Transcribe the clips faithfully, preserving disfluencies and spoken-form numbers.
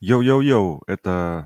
Йоу-йоу-йоу, это...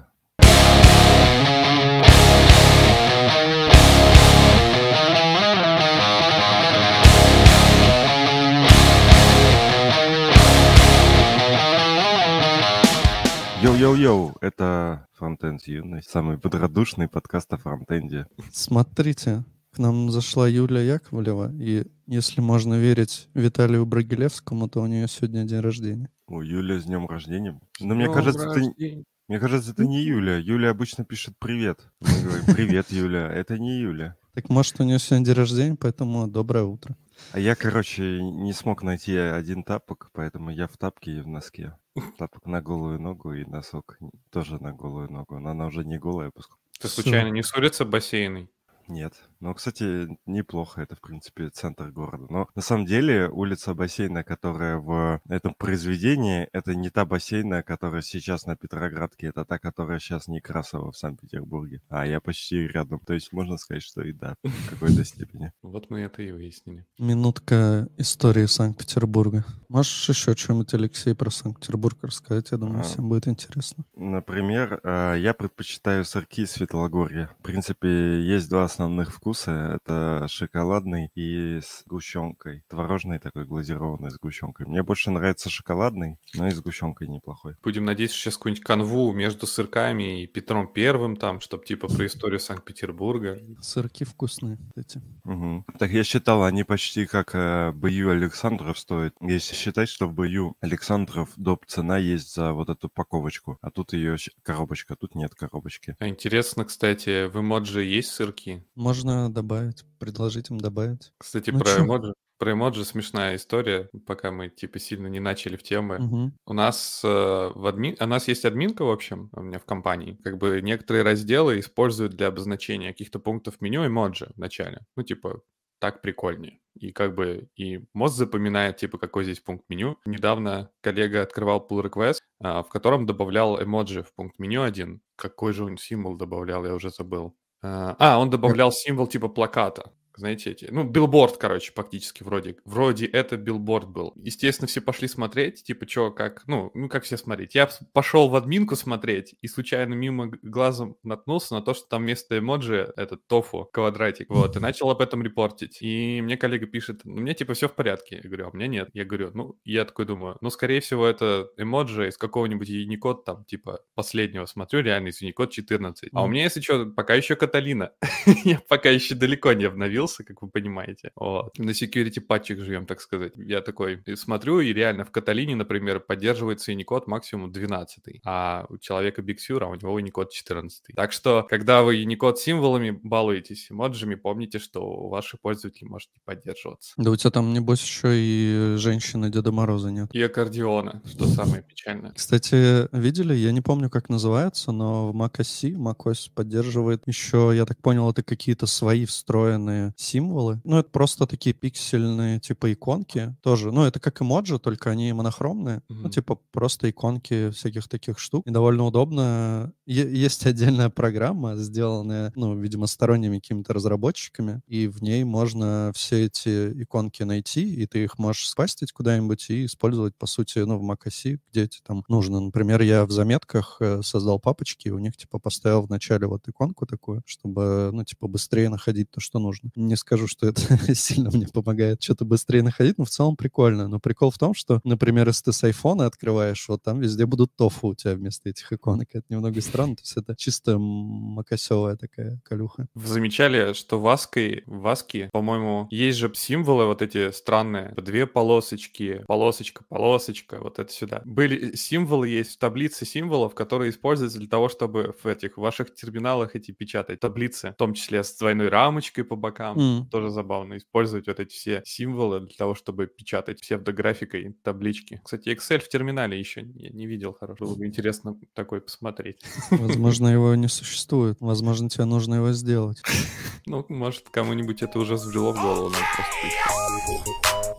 Йоу-йоу-йоу, это Фронтенд Юность, самый бодродушный подкаст о фронтенде. Смотрите, к нам зашла Юлия Яковлева, и если можно верить Виталию Брагилевскому, то у нее сегодня день рождения. О, Юля, с днем рождения. Но С мне днем кажется, это, рождения. мне кажется, это не Юля. Юля обычно пишет «привет». Мы говорим «привет, Юля». Это не Юля. Так может, у нее сегодня день рождения, поэтому доброе утро. А я, короче, не смог найти один тапок, поэтому я в тапке и в носке. Тапок на голую ногу и носок тоже на голую ногу. Но она уже не голая, поскольку... Ты Всё. случайно не с улицы бассейной? Нет. Ну, кстати, неплохо. Это, в принципе, центр города. Но на самом деле улица Бассейна, которая в этом произведении, это не та бассейна, которая сейчас на Петроградке. Это та, которая сейчас Некрасова в Санкт-Петербурге. А я почти рядом. То есть можно сказать, что и да, в какой-то степени. Вот мы это и выяснили. Минутка истории Санкт-Петербурга. Можешь еще что-нибудь, Алексей, про Санкт-Петербург рассказать? Я думаю, А, всем будет интересно. Например, э, я предпочитаю сырки из Светлогорья. В принципе, есть два основных вкуса. Это шоколадный и с сгущенкой. Творожный такой, глазированный с сгущенкой. Мне больше нравится шоколадный, но и с сгущенкой неплохой. Будем надеяться, что сейчас какую-нибудь канву между сырками и Петром Первым, там, чтобы типа про историю Санкт-Петербурга. Сырки вкусные эти. Мгм. Так я считал, они почти как э, Б.Ю. Александров стоят. Если считать, что в Б.Ю. Александров доп. Цена есть за вот эту упаковочку, а тут ее щ- коробочка, тут нет коробочки. А интересно, кстати, в эмоджи есть сырки? Можно добавить, предложить им добавить. Кстати, Ну про чё? эмоджи. Про эмоджи смешная история, пока мы типа сильно не начали в темы. Мгм. У нас э, в админ... у нас есть админка, в общем, у меня в компании. Как бы некоторые разделы используют для обозначения каких-то пунктов меню эмоджи в начале. Ну, типа, так прикольнее. И как бы и мозг запоминает, типа, какой здесь пункт меню. Недавно коллега открывал pull request, а, в котором добавлял эмоджи в пункт меню один. Какой же он символ добавлял, я уже забыл. А, а, он добавлял символ типа плаката. Знаете, эти, ну, билборд, короче, фактически вроде. Вроде это билборд был. Естественно, все пошли смотреть, типа, что, как, ну, ну, как все смотреть. Я пошел в админку смотреть и случайно мимо г- глазом наткнулся на то, что там вместо эмоджи этот тофу, квадратик, вот, и начал об этом репортить. И мне коллега пишет, ну, мне, типа, все в порядке. Я говорю, а у меня нет. Я говорю, ну, я такой думаю, ну, скорее всего, это эмоджи из какого-нибудь Unicode, там, типа, последнего смотрю, реально из Unicode четырнадцать. А у Мгм. меня, если что, пока еще Каталина. Я пока еще далеко не обновился, как вы понимаете. Вот. На security патчах живем, так сказать. Я такой смотрю, и реально в Каталине, например, поддерживается Unicode максимум двенадцать, а у человека Big Sur, а у него Unicode четырнадцать. Так что, когда вы Unicode символами балуетесь, эмоджами, помните, что ваши пользователи может не поддерживаться. Да у тебя там, небось, еще и женщины Деда Мороза нет. И аккордеона, что самое печальное. Кстати, видели, я не помню, как называется, но в macOS, macOS поддерживает еще, я так понял, это какие-то свои встроенные символы. Ну, это просто такие пиксельные, типа, иконки тоже. Ну, это как эмоджи, только они монохромные. Ну, Мгм. типа, просто иконки всяких таких штук. И довольно удобно. Е- есть отдельная программа, сделанная, ну, видимо, сторонними какими-то разработчиками, и в ней можно все эти иконки найти, и ты их можешь спастить куда-нибудь и использовать, по сути, ну, в macOS, где тебе там нужно. Например, я в заметках э, создал папочки, и у них, типа, поставил в начале вот иконку такую, чтобы, ну, типа, быстрее находить то, что нужно. Не скажу, что это сильно мне помогает что-то быстрее находить, но в целом прикольно. Но прикол в том, что, например, если ты с айфона открываешь, вот там везде будут тофу у тебя вместо этих иконок. Это немного странно, то есть это чисто макосевая такая колюха. Вы замечали, что в Аской, в Аске, по-моему, есть же символы вот эти странные. Две полосочки, полосочка, полосочка, вот это сюда. Были символы есть в таблице символов, которые используются для того, чтобы в этих в ваших терминалах эти печатать таблицы, в том числе с двойной рамочкой по бокам. М. Тоже забавно использовать вот эти все символы для того, чтобы печатать псевдографикой таблички. Кстати, Excel в терминале еще не, не видел хорошо. Было бы интересно такой посмотреть. Возможно, его не существует. Возможно, тебе нужно его сделать. Ну, может, кому-нибудь это уже взбрело в голову, надо просто поискать.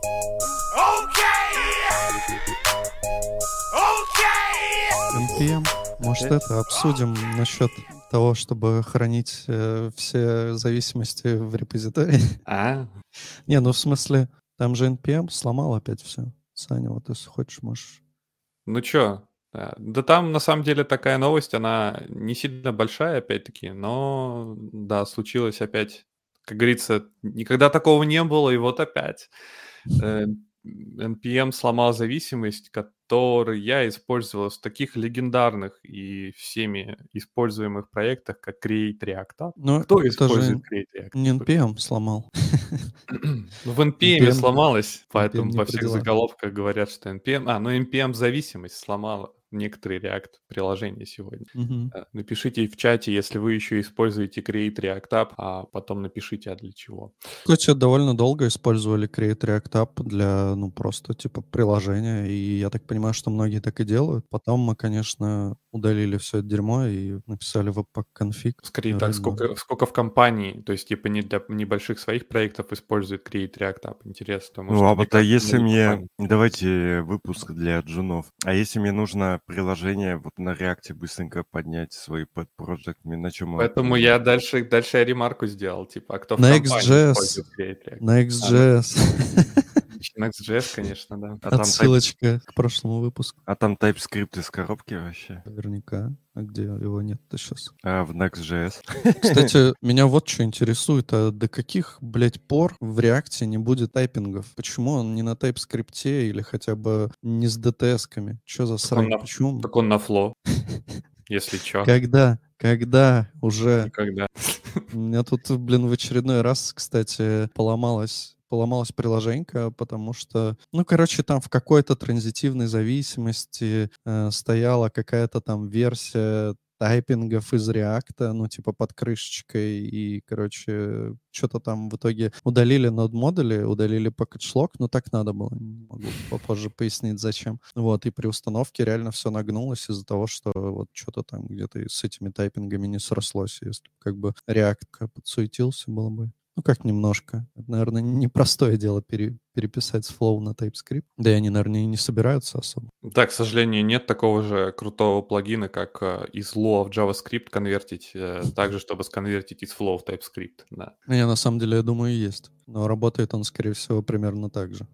эн пи эм. Может, это обсудим насчет того, чтобы хранить э, все зависимости в репозитории. А, Не, ну в смысле, там же эн пи эм сломал опять все. Саня, вот если хочешь, можешь. ну чё, Да. Да там на самом деле такая новость, она не сильно большая, опять-таки, но да, случилось опять. Как говорится, никогда такого не было, и вот опять. Э, эн пи эм сломал зависимость, которую я использовал в таких легендарных и всеми используемых проектах, как Create React App. Ну, Кто это использует же Create React не App? эн пи эм сломал. Ну, в эн пи эм эн пи эм, сломалось, эн пи эм поэтому не во при всех делах. заголовках говорят, что эн пи эм... А, ну эн пи эм-зависимость сломала некоторые React-приложения сегодня. Мгм. Э, Напишите в чате, если вы еще используете Create React App, а потом напишите, а для чего. Кстати, довольно долго использовали Create React App для, ну, просто, типа, приложения, и я так понимаю, что многие так и делают. Потом мы, конечно, удалили все это дерьмо и написали webpack config. Скорее И так, вроде норм. сколько, сколько в компании, то есть типа не для небольших своих проектов использует Create React App. Интересно, потому Ну, что а мне вот а кажется, если многие мне... компании используют. Давайте выпуск для джунов. А если мне нужно приложение вот на React быстренько поднять свой pet project, мне на чем его Поэтому применять? я дальше, дальше я ремарку сделал, типа, а кто в На компании Next.js. использует Create React? На А, ну, Next.js. Next.js, конечно, да. А там, type... Отсылочка к прошлому выпуску. а там TypeScript из коробки вообще? Наверняка. А где его нет-то сейчас? А в Next.js? Кстати, меня вот что интересует, а до каких, блядь, пор в React не будет тайпингов? Почему он не на TypeScript или хотя бы не с ди ти эс-ками? Что за Так он срань? на, Почему? так он на Flow, если чё. Когда? Когда уже? Никогда. У меня тут, блин, в очередной раз, кстати, поломалось поломалась приложенька, потому что, ну, короче, там в какой-то транзитивной зависимости э, стояла какая-то там версия тайпингов из React, ну, типа под крышечкой, и, короче, что-то там в итоге удалили нод-модули, удалили package-lock, но так надо было, не могу попозже пояснить, зачем. Вот, и при установке реально все нагнулось из-за того, что вот что-то там где-то с этими тайпингами не срослось. Если как бы React подсуетился, было бы... Ну, как немножко. Это, наверное, непростое дело пере, переписать с Flow на TypeScript. Да и они, наверное, и не собираются особо. Да, к сожалению, нет такого же крутого плагина, как э, из Flow в JavaScript конвертить, э, так же, чтобы сконвертить из Flow в TypeScript, да. Не, на самом деле, я думаю, есть. Но работает он, скорее всего, примерно так же.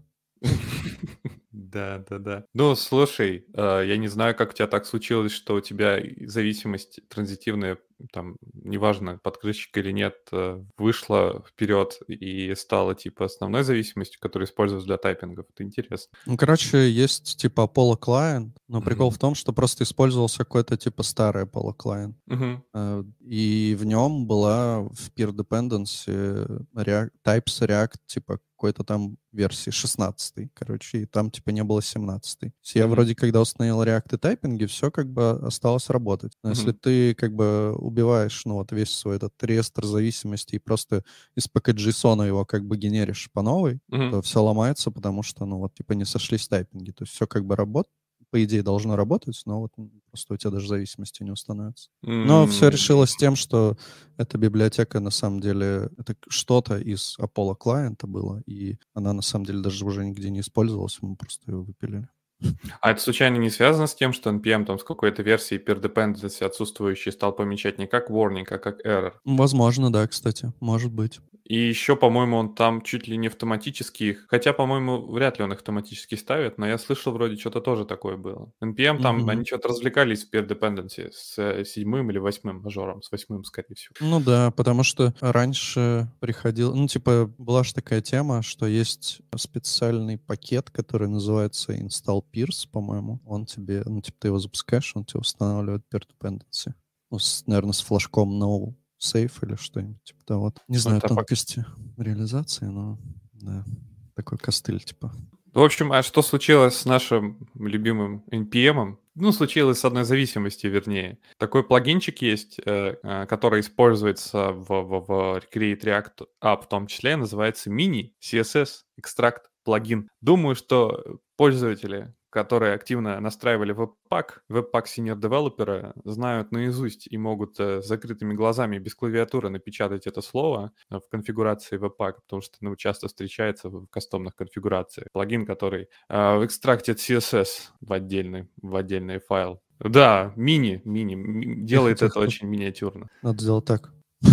Да, да, да. Ну, слушай, э, я не знаю, как у тебя так случилось, что у тебя и зависимость транзитивная, там, неважно, под крышечкой или нет, э, вышла вперед и стала, типа, основной зависимостью, которую используется для тайпингов. Это интересно. Ну, короче, есть типа Apollo Client, но прикол Мгм. в том, что просто использовался какой-то типа старый Apollo Client. Мгм. Э, И в нем была в peer dependency React, types React, типа какой-то там версии шестнадцатой, короче, и там типа не было семнадцатой. То есть я Мгм. вроде когда установил React и тайпинги, все как бы осталось работать. Но если Мгм. ты как бы убиваешь, ну вот весь свой этот реестр зависимостей и просто из package.json его как бы генеришь по новой, Мгм. то все ломается, потому что, ну вот, типа не сошлись тайпинги. То есть все как бы работает, по идее должно работать, но вот м, просто у тебя даже зависимости не установится. Но все М. решилось тем, что эта библиотека на самом деле это к- что-то из Apollo клиента было, и она на самом деле даже уже нигде не использовалась, мы просто ее выпилили. А это случайно не связано с тем, что эн пи эм там с какой-то версией peer dependency отсутствующей стал помечать не как warning, а как error? Возможно, да, кстати, может быть. И еще, по-моему, он там чуть ли не автоматически их... Хотя, по-моему, вряд ли он их автоматически ставит, но я слышал, вроде что-то тоже такое было. эн пи эм там, Мгм. они что-то развлекались в peer dependency с э, седьмым или восьмым мажором, с восьмым, скорее всего. Ну да, потому что раньше приходил, ну типа была же такая тема, что есть специальный пакет, который называется Install Peers, по-моему. Он тебе, ну типа ты его запускаешь, он тебе устанавливает peer dependency. Ну, с, наверное, с флажком no save или что-нибудь типа того. Не знаю Это по- тонкости реализации, но да, такой костыль типа. В общем, а что случилось с нашим любимым эн пи эм? Ну, случилось с одной зависимостью, вернее. Такой плагинчик есть, э, э, который используется в, в, в Create React App в том числе, называется Mini си эс эс Extract плагин. Думаю, что пользователи, которые активно настраивали Webpack, Webpack Senior Developer, знают наизусть и могут э, с закрытыми глазами без клавиатуры напечатать это слово э, в конфигурации Webpack, потому что ну, часто встречается в кастомных конфигурациях. Плагин, который э, экстрактит си эс эс в отдельный, в отдельный файл. Да, мини, мини, м, делает это Тихо-тихо, очень миниатюрно. надо сделать так.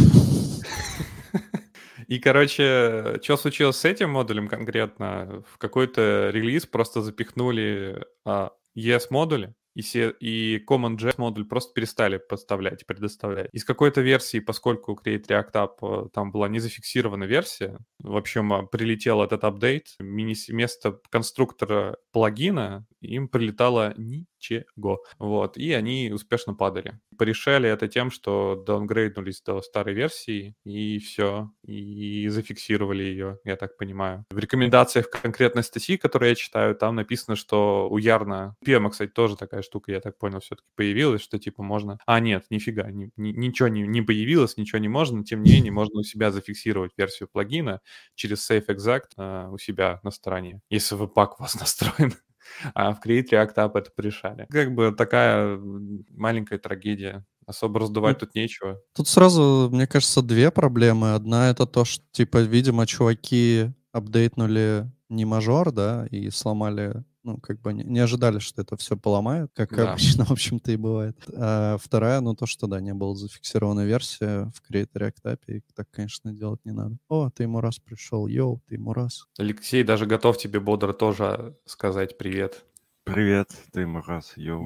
И, короче, что случилось с этим модулем конкретно? В какой-то релиз просто запихнули а, и эс-модули, и, се- и CommonJS модуль просто перестали подставлять и предоставлять. Из какой-то версии, поскольку Create React App э, там была не зафиксирована версия, в общем, а, прилетел этот апдейт, мини- вместо конструктора плагина им прилетало ничего. Вот, и они успешно падали. Порешали это тем, что даунгрейднулись до старой версии, и все, и зафиксировали ее, я так понимаю. В рекомендациях конкретной статьи, которые я читаю, там написано, что у Ярна, пи эм, кстати, тоже такая штука, я так понял, все-таки появилась, что типа можно... А, нет, нифига, ни- ни- ничего не, не появилось, ничего не можно, тем не менее можно у себя зафиксировать версию плагина через SafeExact э, у себя на стороне, если веб-пак у вас настроен. А в Create React App это порешали. Как бы такая м, маленькая трагедия. Особо раздувать Ну, тут нечего. тут сразу, мне кажется, две проблемы. Одна — это то, что, типа, видимо, чуваки апдейтнули не мажор, да, и сломали, ну, как бы не, не ожидали, что это все поломают, как Да. обычно, в общем-то, и бывает. А вторая, ну, то, что, да, не была зафиксирована версия в Create React App, и так, конечно, делать не надо. О, ты ему раз пришел, йоу, ты ему раз. Алексей даже готов тебе бодро тоже сказать привет. Привет, ты Мурас, йоу.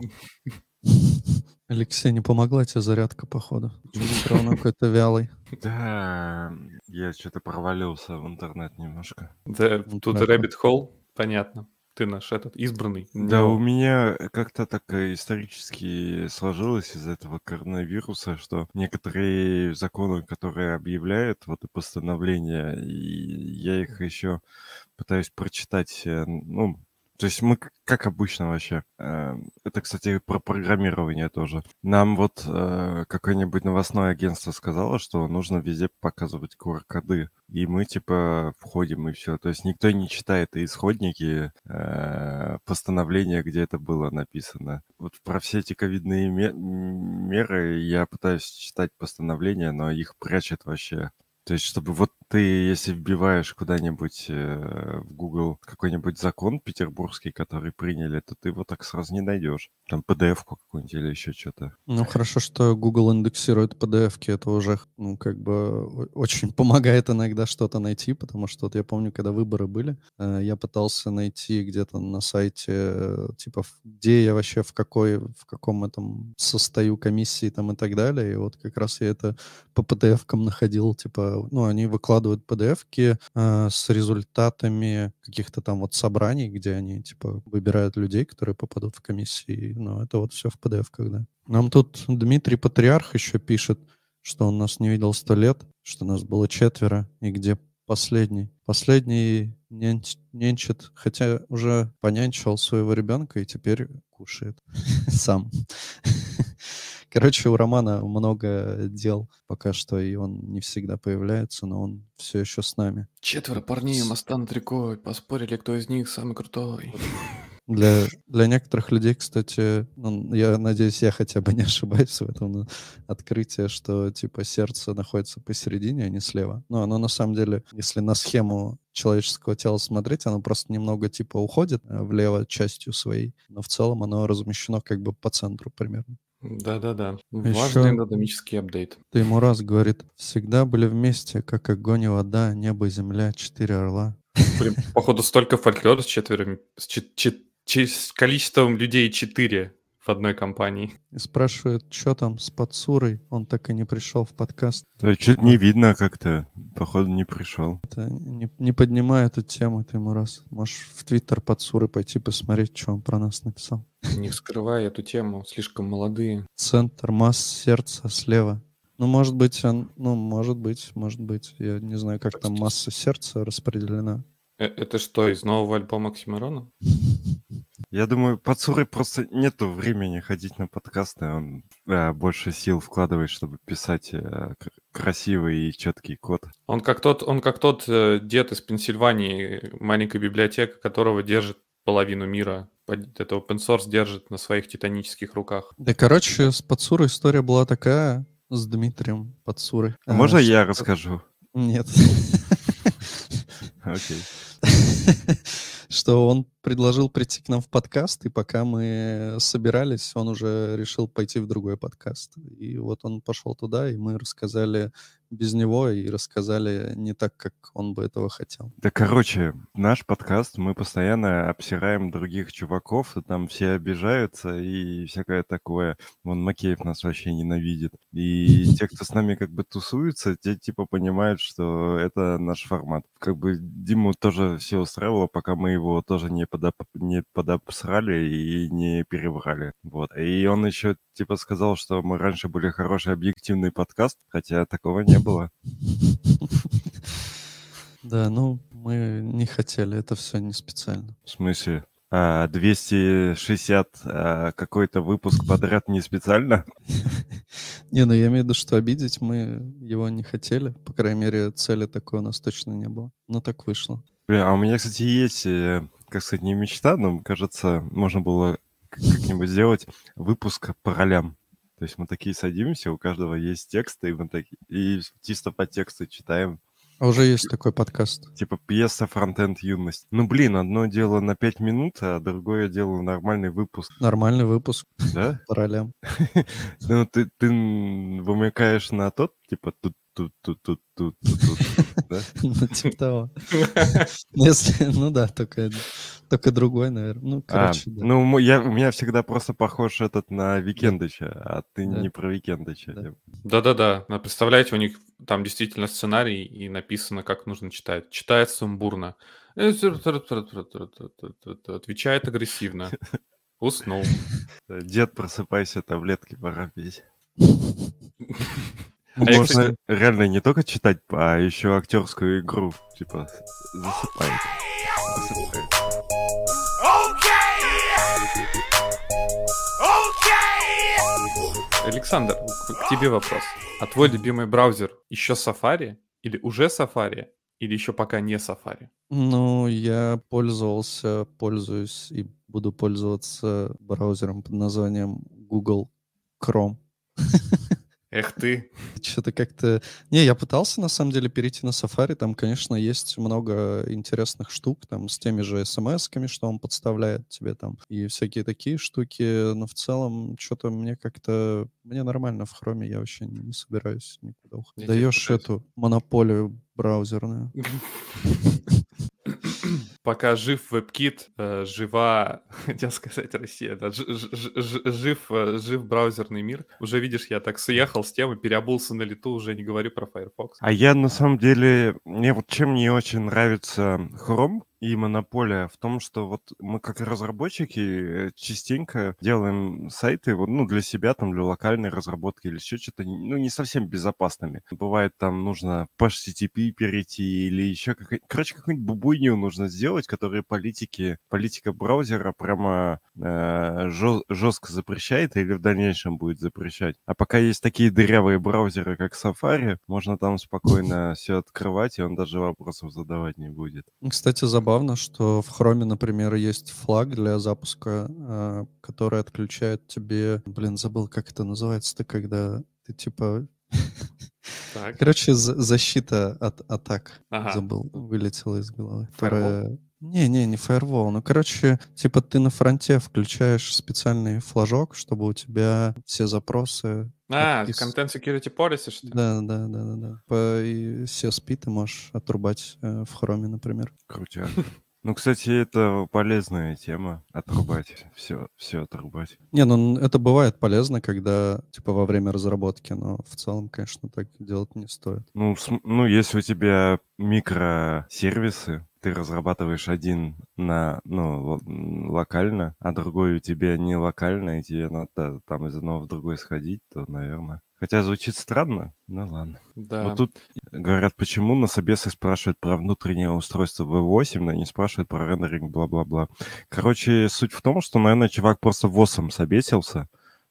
Алексей, не помогла тебе зарядка, походу. Все равно какой-то вялый. Да, я что-то провалился в интернет немножко. Да, Ну, тут так. Rabbit Hole, понятно. Ты наш этот избранный. Да, Но у меня как-то так э, исторически сложилось из-за этого коронавируса, что некоторые законы, которые объявляют, вот и постановления, и я их еще пытаюсь прочитать, э, ну, то есть мы к- как обычно вообще. э, Это, кстати, про программирование тоже. Нам вот э, какое-нибудь новостное агентство сказало, что нужно везде показывать ку ар-коды. И мы типа входим и все. То есть никто не читает и исходники э, постановления, где это было написано. Вот про все эти ковидные ме- м, меры я пытаюсь читать постановления, но их прячет вообще. То есть, чтобы вот ты, если вбиваешь куда-нибудь э, в Google какой-нибудь закон петербургский, который приняли, то ты его так сразу не найдешь. Там пи ди эф-ку какую-нибудь или еще что-то. Ну, хорошо, что Google индексирует пи ди эф-ки. Это уже, ну, как бы о- очень помогает иногда что-то найти, потому что вот я помню, когда выборы были, э, я пытался найти где-то на сайте, э, типа, в- где я вообще, в какой, в каком этом состою комиссии там и так далее. И вот как раз я это по пи ди эф-кам находил, типа, ну, они выкладывают пи ди эф-ки э, с результатами каких-то там вот собраний, где они, типа, выбирают людей, которые попадут в комиссии. Ну, это вот все в пи ди эф-ках, да. Нам тут Дмитрий Патриарх еще пишет, что он нас не видел сто лет, что нас было четверо, и где последний. Последний нянч- нянчит, хотя уже понянчил своего ребенка и теперь кушает сам. Короче, у Романа много дел пока что, и он не всегда появляется, но он все еще с нами. четверо парней у моста на Трико поспорили, кто из них самый крутой. Для, для некоторых людей, кстати, ну, я надеюсь, я хотя бы не ошибаюсь в этом но открытии, что типа сердце находится посередине, а не слева. Но оно на самом деле, если на схему человеческого тела смотреть, оно просто немного типа уходит э, влево частью своей, но в целом оно размещено как бы по центру примерно. Да-да-да. А Важный еще анатомический апдейт. ты ему раз говорит, всегда были вместе, как огонь и вода, небо и земля, четыре орла. Блин, походу, столько фольклора с четвером, с, чет- чет- че- с количеством людей четыре в одной компании. И спрашивает, что там с Подсурой, он так и не пришел в подкаст. Да, чуть не видно как-то. Походу, не пришел. Это не, не поднимай эту тему, ты ему раз. Можешь в Твиттер Подсуры пойти посмотреть, что он про нас написал. Не вскрывай эту тему, слишком молодые. Центр, масс, сердца слева. Ну, может быть, он, ну, может быть, может быть. Я не знаю, как там масса сердца распределена. Э, Это что, из нового альбома Оксимирона? Я думаю, под Сурой просто нету времени ходить на подкасты. Он э, больше сил вкладывает, чтобы писать э, к- красивый и четкий код. Он как тот, он как тот э, дед из Пенсильвании, маленькая библиотека, которого держит половину мира. Под- Это open source держит на своих титанических руках. Да, короче, с Подсурой история была такая, с Дмитрием Подсурой. А можно А, я что- расскажу? Нет. Окей. что он предложил прийти к нам в подкаст, и пока мы собирались, он уже решил пойти в другой подкаст. И вот он пошел туда, и мы рассказали без него, и рассказали не так, как он бы этого хотел. Да, короче, наш подкаст, мы постоянно обсираем других чуваков, и там все обижаются и всякое такое. Вон Макеев нас вообще ненавидит. И те, кто с нами как бы тусуются, те типа понимают, что это наш формат. Как бы Диму тоже все устраивало, пока мы его тоже не, подоп... не подобсрали и не переврали. Вот. И он еще типа сказал, что мы раньше были хороший объективный подкаст, хотя такого не было. Да, ну, мы не хотели, это все не специально. В смысле? А, двести шестьдесят а, какой-то выпуск подряд не специально? Не, ну я имею в виду, что обидеть мы его не хотели. По крайней мере, цели такой у нас точно не было. Но так вышло. Бля, а у меня, кстати, есть, э, как сказать, не мечта, но, кажется, можно было к- как-нибудь сделать выпуск по ролям. То есть мы такие садимся, у каждого есть тексты, и мы такие, и чисто по тексту читаем. А уже есть такой подкаст. Типа пьеса «Фронтенд юность». Ну, блин, одно дело на пять минут, а другое дело нормальный выпуск. Нормальный выпуск Да? по ролям. Ну, ты, ты вымыкаешь на тот, типа тут тут тут тут тут тут тут, да? Ну, типа того. Ну, если, ну да, только, только другой, наверное. Ну, А, короче, да. ну, мо- я, у меня всегда просто похож этот на Викендыча, а ты Да. не про Викендыча. Да. Я- Да-да-да. А представляете, у них там действительно сценарий и написано, как нужно читать. Читает сумбурно. Отвечает агрессивно. Уснул. Дед, просыпайся, таблетки пора пить. А я, Можно кстати, реально не только читать, а еще актерскую игру. Типа, засыпает. Засыпает. Александр, к к тебе вопрос. А твой любимый браузер еще Safari? Или уже Safari? Или еще пока не Safari? Ну, я пользовался, пользуюсь и буду пользоваться браузером под названием Google Chrome. Эх ты. Что-то как-то... Не, я пытался, на самом деле, перейти на Safari. Там, конечно, есть много интересных штук, там, с теми же смс-ками, что он подставляет тебе там, и всякие такие штуки. Но в целом, что-то мне как-то... Мне нормально в Chrome, я вообще не, не собираюсь никуда уходить. Я теперь Даешь пытаюсь. эту монополию браузерную. Пока жив WebKit, э, жива, хотел сказать, Россия, да, ж- ж- ж- ж- жив, э, жив браузерный мир. Уже видишь, я так съехал с темы, переобулся на лету, уже не говорю про Firefox. А я на самом деле, мне вот чем не очень нравится Chrome и монополия в том, что вот мы как разработчики э, частенько делаем сайты вот, ну, для себя, там, для локальной разработки или еще что-то, ну, не совсем безопасными. Бывает, там нужно по эйч ти ти пи перейти или еще какая-нибудь, короче, какую-нибудь бубуйню нужно сделать, которые политики, политика браузера прямо э, жё- жестко запрещает или в дальнейшем будет запрещать. А пока есть такие дырявые браузеры, как Safari, можно там спокойно все открывать, и он даже вопросов задавать не будет. Кстати, забавно, что в Chrome, например, есть флаг для запуска, а, который отключает тебе... Блин, забыл, как это называется-то, когда ты типа... Так. Короче, за- защита от атак. Ага. Забыл, вылетела из головы. Firewall? Которая... Не-не, не фаервол. Ну, короче, типа ты на фронте включаешь специальный флажок, чтобы у тебя все запросы... А, отпис- Content Security Policy, что ли? Да, да, да, да, да. По и си эс пи ты можешь отрубать э, в Chrome, например. Крутяк. Ну, кстати, это полезная тема. Отрубать. Все, все отрубать. Не, ну н- это бывает полезно, когда, типа, во время разработки, но в целом, конечно, так делать не стоит. Ну, см- ну, если у тебя микросервисы, ты разрабатываешь один на, ну, ло- м, локально, а другой у тебя не локально, и тебе надо там из одного в другой сходить, то, наверное. Хотя звучит странно, ну ладно. Да. Вот тут говорят, почему на собесах спрашивают про внутреннее устройство ви восемь, но не спрашивают про рендеринг, бла-бла-бла. Короче, суть в том, что, наверное, чувак просто восом собесился,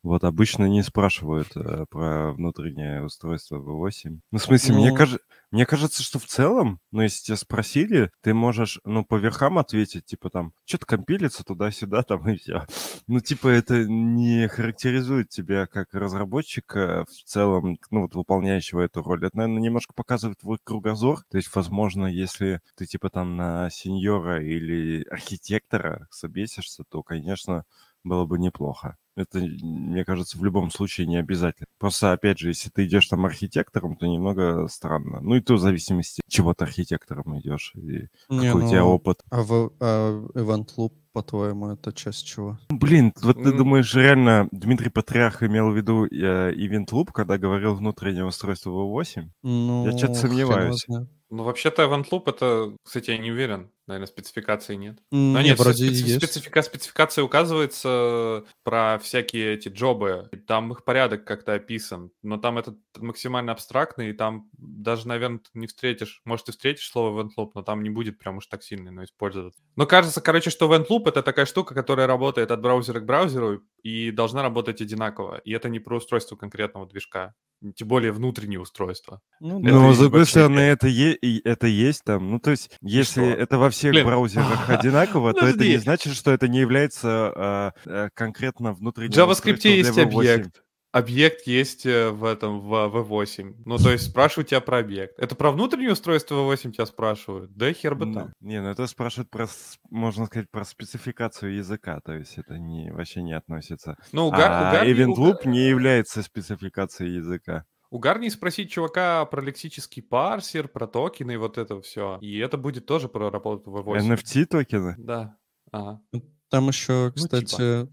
Вот обычно не спрашивают э, про внутреннее устройство ви восемь. Ну, в смысле, мне, Ну, каж... мне кажется, что в целом, ну, если тебя спросили, ты можешь, ну, по верхам ответить, типа там, что-то компилится туда-сюда, там, и все. Ну, типа, это не характеризует тебя как разработчика в целом, ну, вот, выполняющего эту роль. Это, наверное, немножко показывает твой кругозор. То есть, возможно, если ты, типа, там на сеньора или архитектора собесишься, то, конечно, было бы неплохо. Это, мне кажется, в любом случае не обязательно. Просто, опять же, если ты идешь там архитектором, то немного странно. Ну и то в зависимости, чего ты архитектором идешь и не, какой у тебя ну, опыт. а, в, а Event Loop, по-твоему, это часть чего? Блин, вот ты М, думаешь, реально Дмитрий Патриарх имел в виду э, Event Loop, когда говорил внутреннее устройство ви восемь? Я что-то Ну, хрен его сомневаюсь. знает. Ну, вообще-то Event Loop это, кстати, я не уверен. Наверное, спецификации нет. М, Но Не, нет, все вроде и специ- есть. специфика, спецификация указывается про всякие эти джобы. И там их порядок как-то описан. Но там это максимально абстрактный, и там даже, наверное, ты не встретишь. Может, ты встретишь слово Event Loop, но там не будет прям уж так сильно но использоваться. Но кажется, короче, что Event Loop это такая штука, которая работает от браузера к браузеру и должна работать одинаково. И это не про устройство конкретного движка. Тем более внутреннее устройство. Ну Это Но, да. с и другой вообще стороны, идея. это, е- и это есть там. Ну, то есть, И если что? это во всех Блин, браузерах одинаково, то это не подожди. значит, что это не является а, а, конкретно В внутренним JavaScript устройством для есть ви восемь. объект. Объект есть э, в этом, в ви восемь. Ну, то есть спрашивают тебя про объект. Это про внутреннее устройство ви восемь тебя спрашивают? Да хер бы Н- там. Не, ну это спрашивают про, с- можно сказать, про спецификацию языка, то есть это не, вообще не относится. Ну, у, Гар, у, А Гарни, Event у, Га- Loop не является спецификацией языка. у Гарни спросить чувака про лексический парсер, про токены и вот это все. И это будет тоже про работу ви восемь. эн эф ти токены? Да. Ага. Там еще, Ну, типа. кстати,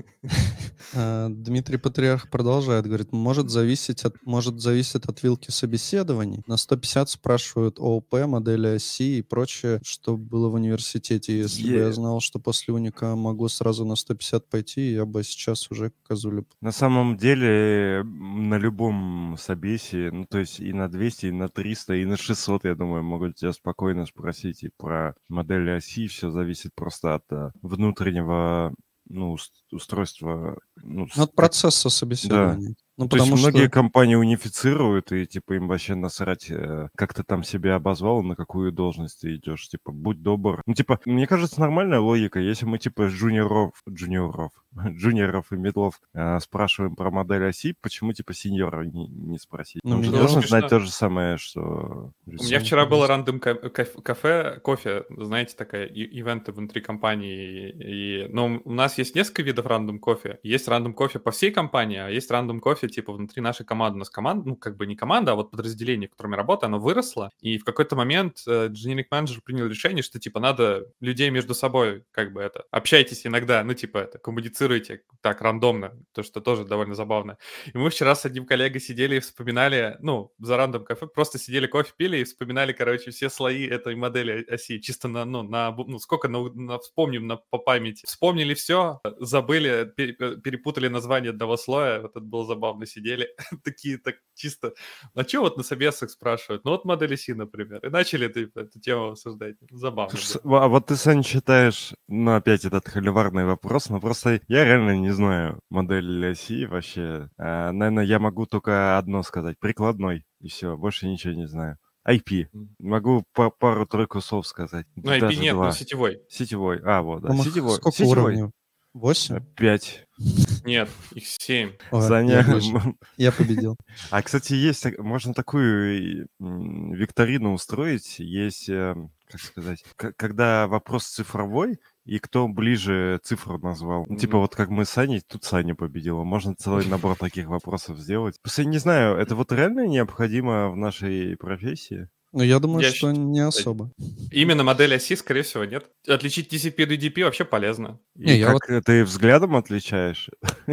э, Дмитрий Патриарх продолжает, говорит, может зависеть от, может зависеть от вилки собеседований. На сто пятьдесят спрашивают ООП, модели оси и прочее, что было в университете. Если бы я Е- знал, что после уника могу сразу на сто пятьдесят пойти, я бы сейчас уже козули. На самом деле, м, на любом собесе, ну, то есть и на двести, и на триста, и на шестьсот, я думаю, могут тебя спокойно спросить и про модели оси. Все зависит просто от а, внутреннего, ну, ус- устройства, ну, Ну, с- от как- процесса да. собеседования. Ну, То есть потому многие что... компании унифицируют, и типа им вообще насрать, э, как ты там себя обозвал, на какую должность ты идешь. Типа, будь добр. Ну, типа, мне кажется, нормальная логика. Если мы, типа, джуниоров, джуниоров, джуниоров и медлов э, спрашиваем про модель оси, почему, типа, сеньора не, не спросить? Ну, Он же меня... Ну, должен знать смешно. то же самое, что... У меня Самое вчера было интересное. рандом ка- каф- кафе, кофе, знаете, такая и- ивенты внутри компании. И, ну, у нас есть несколько видов рандом кофе. Есть рандом кофе по всей компании, а есть рандом кофе типа внутри нашей команды. У нас команда, ну, как бы не команда, а вот подразделение, в котором я работаю, оно выросло. И в какой-то момент э, engineering менеджер принял решение, что, типа, надо людей между собой, как бы это, общайтесь иногда, ну, типа, это, коммуницируйте так рандомно, то, что тоже довольно забавно. И мы вчера с одним коллегой сидели и вспоминали, ну, за рандом кафе, просто сидели, кофе пили и вспоминали, короче, все слои этой модели оси, чисто на, ну, на, бу- ну, сколько на, на- вспомним на, по памяти. Вспомнили все, забыли, пере- перепутали название одного слоя, вот это было забавно, сидели, такие, так чисто, а что вот на собесах спрашивают? Ну, вот модель оси, например, и начали типа, эту тему обсуждать. Забавно Слушай, было. с- а вот ты, Сань, считаешь, ну, опять этот холиварный вопрос, но просто я реально не знаю модель оси вообще. А, наверное, я могу только одно сказать. Прикладной. И все, больше ничего не знаю. ай пи. М. Могу по- пару-тройку слов сказать. Ну, ай пи Даже нет, ну, два. сетевой. Сетевой. А, вот, да. Там их Сетевой. сколько Сетевой. уровней? Восемь? Э, Пять. Нет, их семь. Ой, Саня. я ближе. Я победил. А, кстати, есть, так- можно такую м, викторину устроить. Есть, э, как сказать, к- когда вопрос цифровой, и кто ближе цифру назвал. Ну, типа Мгм. вот как мы с Саней, тут Саня победила. Можно целый набор таких вопросов сделать. Просто я не знаю, это вот реально необходимо в нашей профессии? Но я думаю, Я что считаю, не особо. именно модель оси, скорее всего, нет. Отличить ти си пи от ю ди пи вообще полезно. И Не, я вот... как э, ты взглядом отличаешь?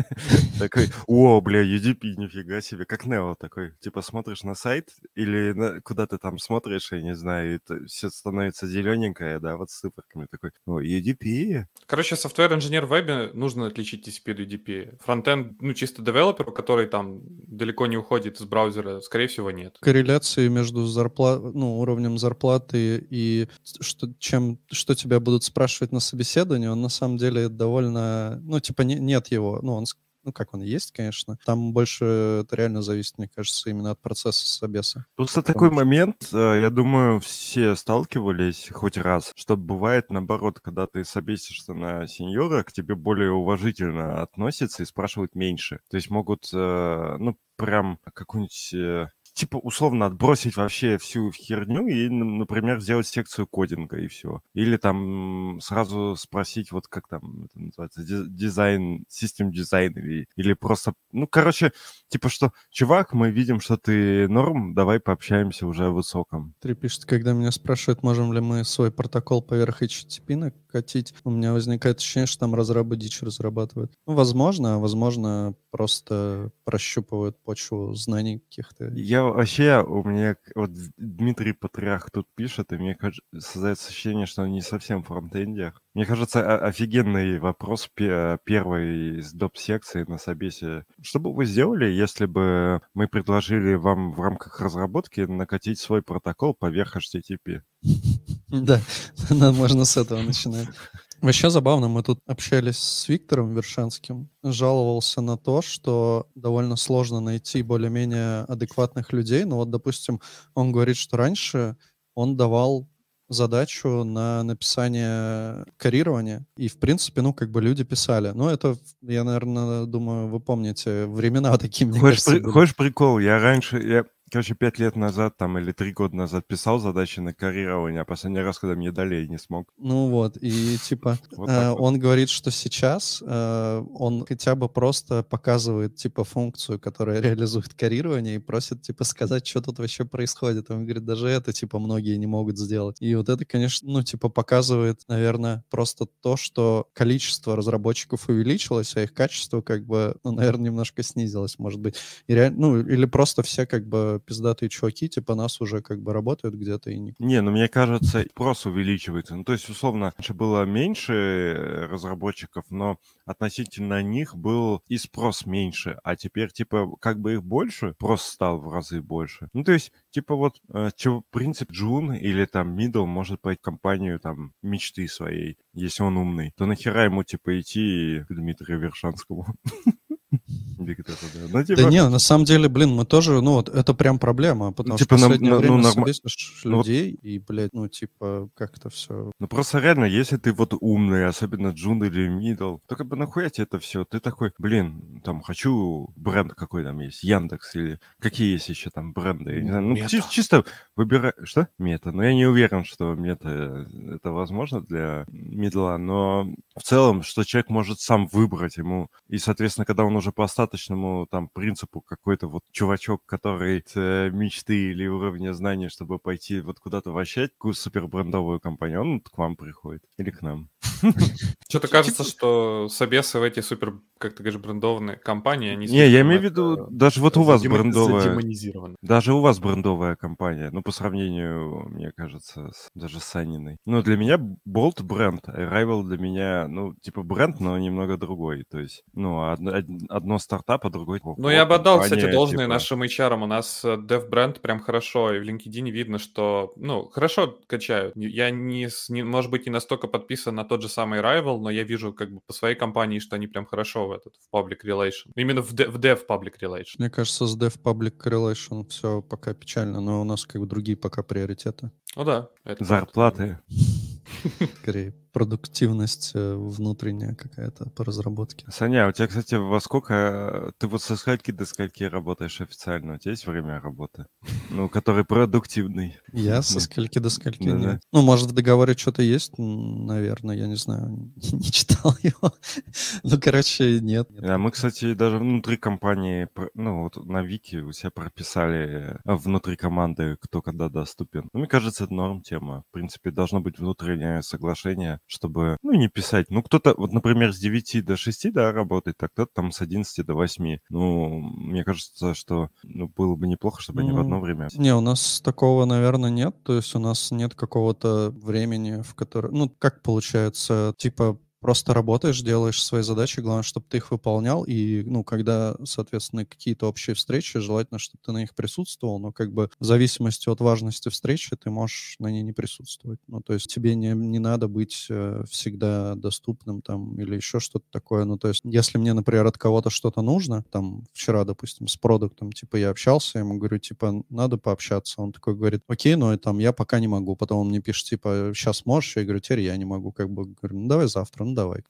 Такой, о, бля, ю ди пи, нифига себе. Как Нео такой. Типа смотришь на сайт или на- куда ты там смотришь, я не знаю, и все становится зелененькое, да, вот с циферками такой. О, ю ди пи. Короче, софтвер-инженер в вебе нужно отличить ти си пи от ю ди пи. Фронтенд, ну, чисто девелоперу, который там далеко не уходит из браузера, скорее всего, нет. корреляции между зарплат, ну, уровнем зарплаты и что, чем, что тебя будут спрашивать на собеседовании, он на самом деле довольно, ну, типа, не- нет его, ну, он с- ну, как он и есть, конечно. Там больше это реально зависит, мне кажется, именно от процесса собеса. Просто Потому такой что- момент, э, я думаю, все сталкивались хоть раз, что бывает наоборот, когда ты собесишься на сеньора, к тебе более уважительно относятся и спрашивают меньше. То есть могут, э, ну, прям какую-нибудь... э, типа, условно, отбросить вообще всю херню и, н- например, сделать секцию кодинга и все. Или там сразу спросить, вот как там это называется, ди- дизайн, систем дизайн или, или просто, ну, короче, типа что, чувак, мы видим, что ты норм, давай пообщаемся уже о высоком. Три пишет, когда меня спрашивают, можем ли мы свой протокол поверх эйч ти ти пи накатить, у меня возникает ощущение, что там разрабы дичь разрабатывают. Ну, возможно, а возможно, просто прощупывают почву знаний каких-то. Я вообще, у меня, к- вот Дмитрий Патриарх тут пишет, и мне кажется, создается ощущение, что он не совсем фронтендер. Мне кажется, о- офигенный вопрос пе- первый из доп-секции на собесе. Что бы вы сделали, если бы мы предложили вам в рамках разработки накатить свой протокол поверх эйч ти ти пи? Да, надо- можно с этого начинать. Вообще забавно, мы тут общались с Виктором Вершанским, жаловался на то, что довольно сложно найти более-менее адекватных людей. Ну вот, допустим, он говорит, что раньше он давал задачу на написание карирования, и, в принципе, ну, как бы люди писали. Ну, это, я, наверное, думаю, вы помните, времена такие, мне Хочешь, кажется, при- были. хочешь прикол? Я раньше, я, короче, пять лет назад там или три года назад писал задачи на карирование, а последний раз, когда мне дали, я не смог. Ну вот, и типа Вот э, так вот. он говорит, что сейчас э, он хотя бы просто показывает типа функцию, которая реализует карирование, и просит типа сказать, что тут вообще происходит. Он говорит, даже это типа многие не могут сделать. И вот это, конечно, ну типа показывает, наверное, просто то, что количество разработчиков увеличилось, а их качество как бы, ну, наверное, немножко снизилось, может быть. И реаль- ну, или просто все как бы пиздатые чуваки, типа нас уже как бы работают где-то и не... Не, ну мне кажется, спрос увеличивается. Ну, то есть, условно, раньше было меньше э, разработчиков, но относительно них был и спрос меньше, а теперь, типа, как бы их больше, спрос стал в разы больше. Ну, то есть, типа, вот, э, чё, принцип джун или там middle может пойти в компанию там мечты своей, если он умный, то нахера ему, типа, идти к Дмитрию Вершанскому? Виктору, да. Ну, Да типа, не, на самом деле, блин, мы тоже, ну вот, это прям проблема, ну, потому что в типа, нам- последнее на- ну, время норма... собесишь ну, вот людей, и, блядь, ну, типа, как-то все... Ну просто реально, если ты вот умный, особенно джун или мидл, то как бы нахуя тебе это все? Ты такой, блин, там хочу бренд какой там есть, Яндекс или какие есть еще там бренды, я не знаю, ну чи- Мета. чисто выбирай, что? Мета, но я не уверен, что мета это возможно для мидла, но в целом, что человек может сам выбрать ему, и, соответственно, когда он уже по остаточному там принципу какой-то вот чувачок, который э, мечты или уровня знаний, чтобы пойти вот куда-то вращать, какую супербрендовую компанию, он к вам приходит или к нам. Что-то Типа, кажется, что собесы в эти супер, как ты говоришь, брендованные компании, они не, я слишком имею в это, виду, даже вот у вас задемо- брендовая, задемонизированы. даже у вас брендовая компания, ну, по сравнению, мне кажется, с- даже с Саниной. Ну, для меня Bolt бренд, а Arrival для меня, ну, типа бренд, но немного другой. То есть, ну, одно, од- одно стартап, а другой Ну, я бы отдал, кстати, компания, должное типа... нашим эйч ар. У нас э, dev-бренд прям хорошо, и в LinkedIn видно, что, ну, хорошо качают. Не- Я, не, с- не, может быть, не настолько подписан на тот же самый Rival, но я вижу как бы по своей компании, что они прям хорошо в этот, в public relation. Именно в, de- в dev public relation. Мне кажется, с Dev Public Correlation все пока печально, но у нас как бы другие пока приоритеты. Ну да, это правда. Зарплаты. Скорее, продуктивность э, внутренняя какая-то по разработке. Саня, а у тебя, кстати, во сколько... э, Ты вот со скольки до скольки работаешь официально? У тебя есть время работы? Ну, который продуктивный. Я со Ну, скольки до скольки да-да. нет. Ну, может, в договоре что-то есть, м, наверное, я не знаю, не читал его. Ну, короче, нет. нет. А мы, кстати, даже внутри компании, про- ну, вот на Вики у себя прописали э, внутри команды, кто когда доступен. Ну, мне кажется, это норм тема. В принципе, должно быть внутреннее соглашение, чтобы, ну, не писать. Ну, кто-то, вот, например, с девяти до шести, да, работает, а кто-то там с одиннадцати до восьми. Ну, мне кажется, что ну, было бы неплохо, чтобы они в одно Ну, время. не, у нас такого, наверное, нет. То есть у нас нет какого-то времени, в котором... Ну, как получается, типа просто работаешь, делаешь свои задачи, главное, чтобы ты их выполнял, и, ну, когда, соответственно, какие-то общие встречи, желательно, чтобы ты на них присутствовал, но как бы в зависимости от важности встречи ты можешь на ней не присутствовать. Ну, то есть тебе не, не надо быть э, всегда доступным там или еще что-то такое. Ну, то есть если мне, например, от кого-то что-то нужно, там, вчера, допустим, с продуктом, типа, я общался, я ему говорю, типа, надо пообщаться. Он такой говорит, окей, но там я пока не могу. Потом он мне пишет, типа, сейчас можешь? Я говорю, теперь я не могу. Как бы говорю, ну, давай завтра, ну, давай.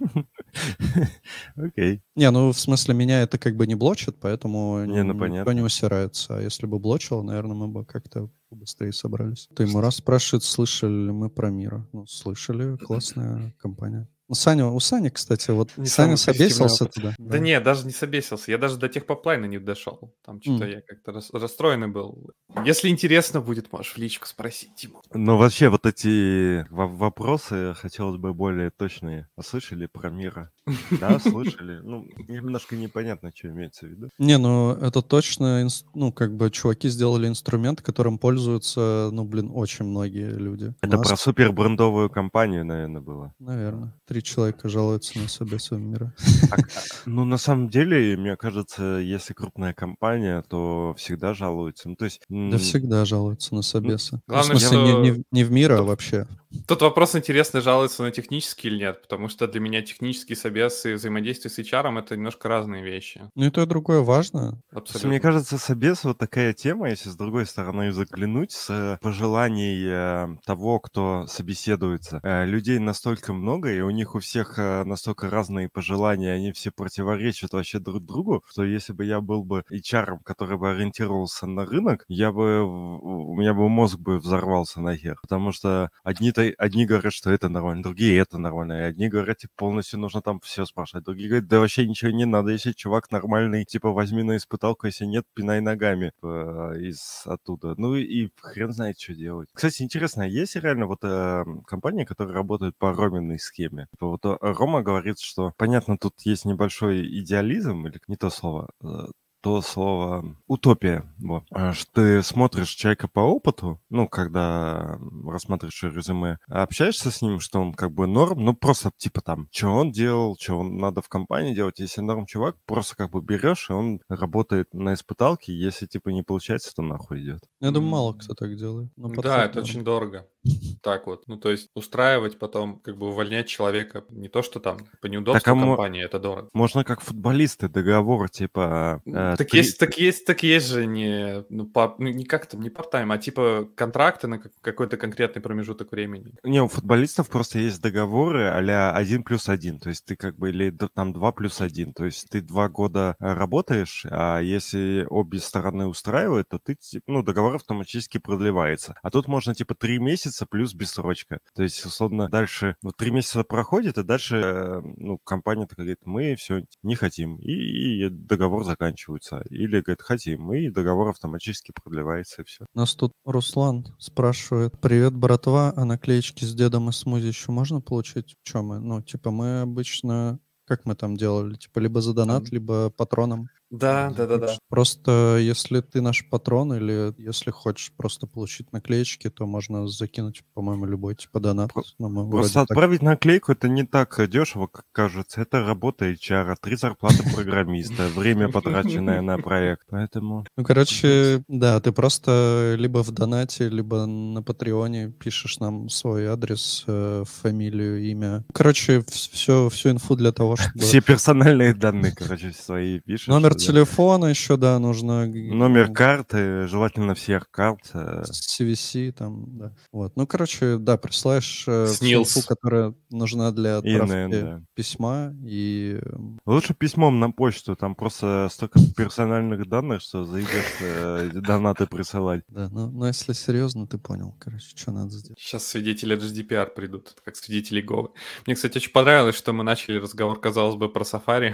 Окей. Не, ну, в смысле, меня это как бы не блочит, поэтому Не, ну никто не понятно. усирается. А если бы блочило, наверное, мы бы как-то быстрее собрались. Ты ему раз спрашивает, слышали ли мы про Мира. Ну, слышали, классная компания. Ну, Саня, у Сани, кстати, вот Не Саня самый позитивный собесился опыт. туда. Да не, даже не собесился. Я даже до техпоплайна не дошел. Там что-то М. я как-то рас- расстроенный был. Если интересно будет, можешь в личку спросить, Дима. Но вообще вот эти во- вопросы хотелось бы более точные. А слышали про Мира? Да, слышали. Ну, немножко непонятно, что имеется в виду. Не, ну это точно, инс- ну как бы чуваки сделали инструмент, которым пользуются, ну блин, очень многие люди. У Это нас, про супербрендовую компанию, наверное, было. наверное, три человека жалуются на собес Мира. А к- а, ну, на самом деле, мне кажется, если крупная компания, то всегда жалуются. Ну, то есть, Да м, всегда жалуются на ну, собесы. Ну, в Главное, смысле, не, не, что в- не в Мира, а тут, вообще. тут вопрос интересный, жалуется на технический или нет, потому что для меня технический собес и взаимодействие с эйч ар это немножко разные вещи. Ну и то, и другое важно. просто мне Абсолютно. кажется, собес вот такая тема, если с другой стороны заглянуть, с э, пожеланий э, того, кто собеседуется. Э, людей настолько много, и у них у всех э, настолько разные пожелания, они все противоречат вообще друг другу, что если бы я был бы эйч ар, который бы ориентировался на рынок, я бы, в- у меня бы мозг бы взорвался нахер. Потому что одни-то, одни говорят, что это нормально, другие это нормально, и одни говорят, типа, полностью нужно там все спрашивать, другие говорят, да вообще ничего не надо, если чувак нормальный, типа, возьми на испыталку, если нет, пинай ногами э, из оттуда. Ну и хрен знает, что делать. Кстати, интересно, а есть реально вот э, компании, которые работают по роменной схеме? Типа, вот э, Рома говорит, что, понятно, тут есть небольшой идеализм, или не то слово, э, то слово утопия. Вот. А, что ты смотришь человека по опыту, ну, когда м, рассматриваешь резюме, а общаешься с ним, что он как бы норм, ну, просто типа там, что он делал, что он надо в компании делать. Если норм чувак, просто как бы берешь, и он работает на испыталке, если типа не получается, то нахуй идет. Я думаю, мало М, кто так делает. Но Да, подход это норм. очень дорого. Так вот. Ну, то есть устраивать потом, как бы увольнять человека, не то, что там по Так, а неудобству мо- компании, это дорого. можно как футболисты договор, типа, М, э, Так три... есть, так есть, так есть же не, ну, пар- ну, не как там, не part-time, а типа контракты на как- какой-то конкретный промежуток времени. Не, у футболистов просто есть договоры а-ля один плюс один, то есть ты как бы, или д- там два плюс один, то есть ты два года э, работаешь, а если обе стороны устраивают, то ты, тип- ну, договор автоматически продлевается. А тут можно, типа, три месяца плюс бессрочка. То есть, условно, дальше, вот три месяца проходит, и дальше, э, ну, компания такая говорит, мы все не хотим, и, и договор заканчивается. Или, говорит, хотим, и договор автоматически продлевается, и все. Нас тут Руслан спрашивает, привет, братва, а наклеечки с дедом и смузи еще можно получить? Че мы? Ну, типа, мы обычно, как мы там делали? Типа, либо за донат, Там. либо патроном. Да, да, да, да. Просто если ты наш патрон или если хочешь просто получить наклеечки, то можно закинуть, по-моему, любой типа донат. Про- Ну, мы Просто вроде так. отправить наклейку это не так дешево, как кажется. Это работа эйч ар, три зарплаты программиста, время, потраченное на проект. Поэтому Ну, короче, да, ты просто либо в донате, либо на Патреоне пишешь нам свой адрес, э, фамилию, имя. Короче, все, всю инфу для того, чтобы... все персональные данные, короче, свои пишешь. Номер да. телефона еще, да, нужно... г- Номер ну, карты, желательно всех карт. э, си ви си там, да. Вот. Ну, короче, да, присылаешь э, всю инфу, Снилс. которая нужна для И эн эн, отправки да. письма, и... эм, Лучше письмом на почту, там просто столько персональных данных, что заебешь э, донаты присылать. Да, ну, ну, если серьезно, ты понял, короче, что надо сделать. Сейчас свидетели джи ди пи ар придут, как свидетели Говы. Мне, кстати, очень понравилось, что мы начали разговор, казалось бы, про Safari,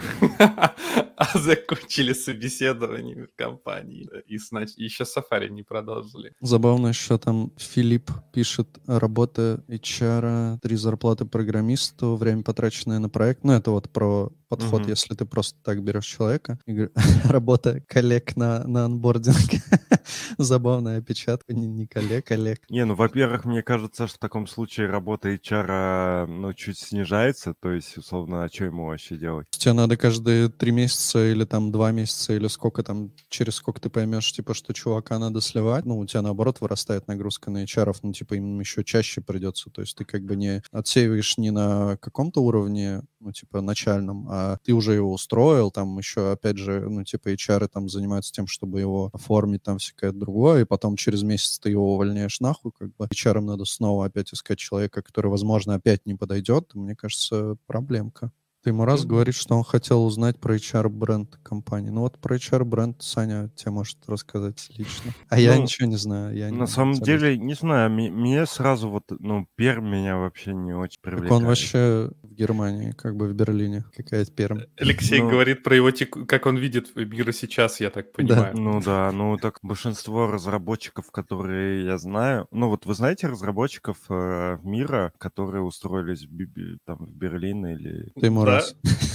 а закончили собеседование в компании. И еще Safari не продолжили. Забавно еще там Филипп пишет, работа эйч ар, три зарплаты программисту, время, потраченное на проект. Ну, это вот про подход, Мгм. если ты просто так берешь человека. И говорю, работа коллег на, на анбординг. Забавная опечатка, не, не коллег, коллег. Не, ну, во-первых, мне кажется, что в таком случае работа эйч ар, ну, чуть снижается, то есть, условно, а что ему вообще делать? Тебе надо каждые три месяца или там два месяца или сколько там, через сколько ты поймешь, типа, что чувака надо сливать. Ну, у тебя, наоборот, вырастает нагрузка на эйч ар, ну, типа, им еще чаще придется. То есть ты как бы не отсеиваешь не на каком-то уровне, ну, типа, начальном, а ты уже его устроил, там еще, опять же, ну, типа, эйч ар там занимаются тем, чтобы его оформить, там всякое другое, и потом через месяц ты его увольняешь нахуй, как бы эйч ар надо снова опять искать человека, который, возможно, опять не подойдет. Мне кажется, проблемка. Ты ему раз Ну, говоришь, что он хотел узнать про эйч ар-бренд компании. Ну вот про эйч ар-бренд Саня тебе может рассказать лично. А я Ну, ничего не знаю. Я на не самом абсолютно. деле, не знаю, мне, мне сразу вот, ну, Пермь меня вообще не очень Так он привлекает. вообще в Германии, как бы в Берлине. Какая-то Пермь. Алексей Ну, говорит про его, теку- как он видит мир сейчас, я так Да. понимаю. ну да, ну так большинство разработчиков, которые я знаю, ну вот вы знаете разработчиков э, мира, которые устроились в, Би- Би- там, в Берлин или... Ты ему Да. раз.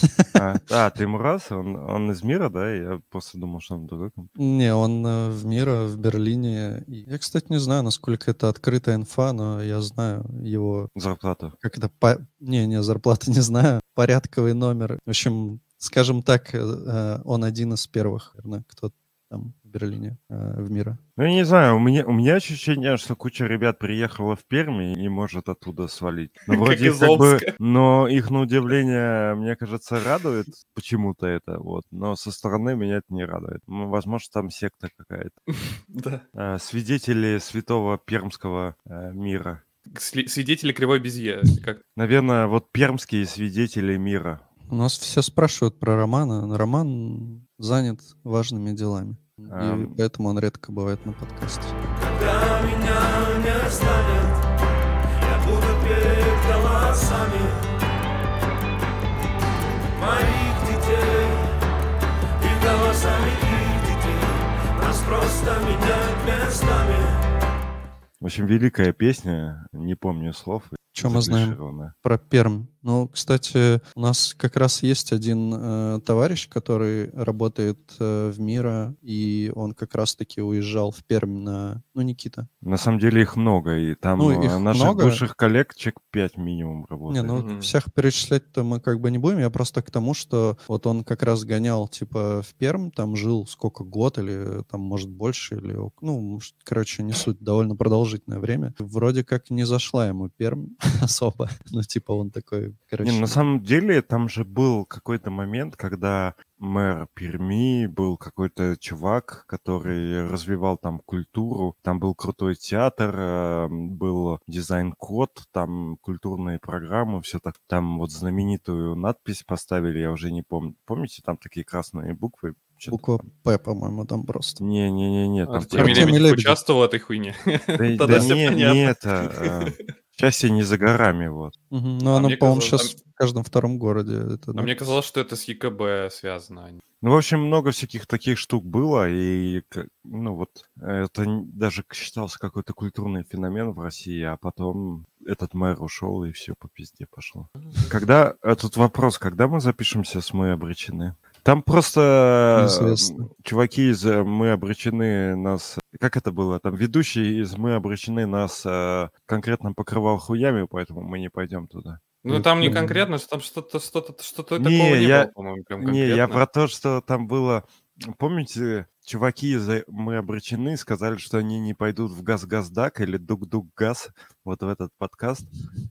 А, а, ты Мурас, он, он из мира, да? Я просто думал, что он другой компании. Не, он э, в Мира, в Берлине. И я, кстати, не знаю, насколько это открытая инфа, но я знаю его, Зарплату. как это, по... не, не, зарплаты не знаю, порядковый номер. В общем, скажем так, э, э, он один из первых, наверное, кто там в Берлине, э, в Мира. Ну, я не знаю, у меня, у меня ощущение, что куча ребят приехала в Пермь и не может оттуда свалить. Ну, Как вроде из как бы, Омска. но их, на удивление, мне кажется, радует почему-то это, вот. Но со стороны меня это не радует. Ну, возможно, там секта какая-то. Да. А, свидетели святого пермского э, мира. Сли- Свидетели кривой безе. или Как? Наверное, вот пермские свидетели мира. У нас все спрашивают про Романа, но Роман занят важными делами. И Ам, поэтому он редко бывает на подкасте. Когда меня не оставят, я буду петь голосами моих детей и голосами их детей. Нас просто менять местами. В общем, великая песня, не помню слов. Что мы знаем заклишированная. про Пермь? Ну, кстати, у нас как раз есть один э, товарищ, который работает э, в Мира, и он как раз-таки уезжал в Пермь на... Ну, Никита. На самом деле их много, и там Ну, э, их наших много. бывших коллег человек пять минимум Не, работает. ну Мгм. всех перечислять-то мы как бы не будем. Я просто к тому, что вот он как раз гонял типа в Пермь, там жил сколько, год или там может больше, или ок- ну, может, короче, не суть, довольно продолжительное время. Вроде как не зашла ему Пермь особо. Ну, типа он такой, Не, короче... на самом деле там же был какой-то момент, когда мэр Перми был какой-то чувак, который развивал там культуру. Там был крутой театр, э, был дизайн-код, там культурные программы, все так. Там вот знаменитую надпись поставили, я уже не помню. Помните, там такие красные буквы? Что-то Буква там. П, по-моему, там просто. Не-не-не-не, А там Артемий прямо... Артемий Лебедев Лебедев. участвовал в этой хуйне. Да, Тогда да все не, не понятно. это. э, Счастье не за горами, вот. Мгм. Ну, А оно, мне по-моему, казалось, сейчас в каждом втором городе. Это а мне надпись. казалось, что это с ЕКБ связано. а не- Ну, в общем, много всяких таких штук было, и, к- ну, вот, это н- даже считался какой-то культурный феномен в России, а потом этот мэр ушел, и все по пизде пошло. Когда, а тут вопрос, когда мы запишемся с «Мы обречены»? Там просто Неизвестно. м, чуваки из э, «Мы обречены» нас... Как это было? Там ведущий из «Мы обречены» нас э, конкретно покрывал хуями, поэтому мы не пойдем туда. Ну, там не Прикольно. конкретно, что там что-то, что-то, что-то такого Не, не я, было, по-моему, прям не, я конкретно. про то, что там было... Помните, чуваки из э, «Мы обречены» сказали, что они не пойдут в «Газ-Газдак» или «Дук-Дук-Газ», вот в этот подкаст,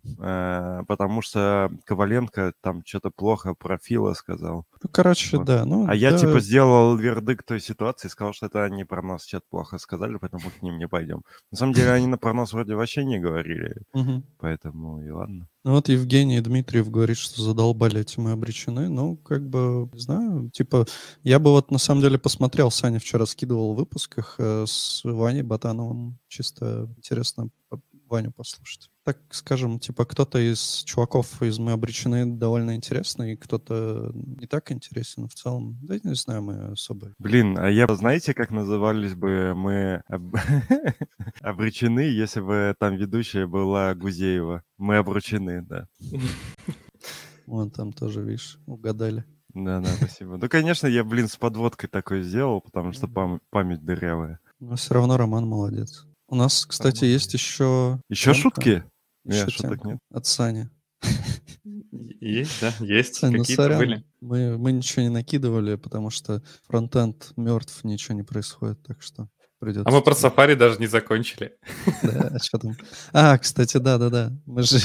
э, потому что Коваленко там что-то плохо про Фила сказал. Ну, короче, Вот. да. Ну, А я да. типа сделал вердикт той ситуации, сказал, что это они про нас что-то плохо сказали, поэтому мы к ним не пойдем. На самом деле они на- про нас вроде вообще не говорили, Мгм. поэтому и ладно. Ну вот Евгений Дмитриев говорит, что задолбали эти «Мы обречены». Ну, как бы, не знаю, типа, я бы вот на самом деле посмотрел, Саня вчера скидывал в выпусках э, с Ваней Ботановым. Чисто интересно по- Ваню послушать. Так скажем, типа, кто-то из чуваков из «Мы обречены» довольно интересный, кто-то не так интересен в целом. Да не знаю, мы особо. Блин, а я, знаете, как назывались бы мы об- обречены, если бы там ведущая была Гузеева? Мы обручены, да. Вон там тоже, видишь, угадали. Да-да, спасибо. Ну, конечно, я, блин, с подводкой такой сделал, потому что пам- память дырявая. Но все равно Роман молодец. У нас, кстати, Нормально. есть еще Еще темка. шутки? Еще Нет, шуток темка нет. от Сани. Есть, да, есть. Сань, ну Какие-то сорян, были. мы, мы ничего не накидывали, потому что фронтенд мертв, ничего не происходит, так что А придется мы про тебе. Safari даже не закончили. Да, а что там? А, кстати, да-да-да. Мы же...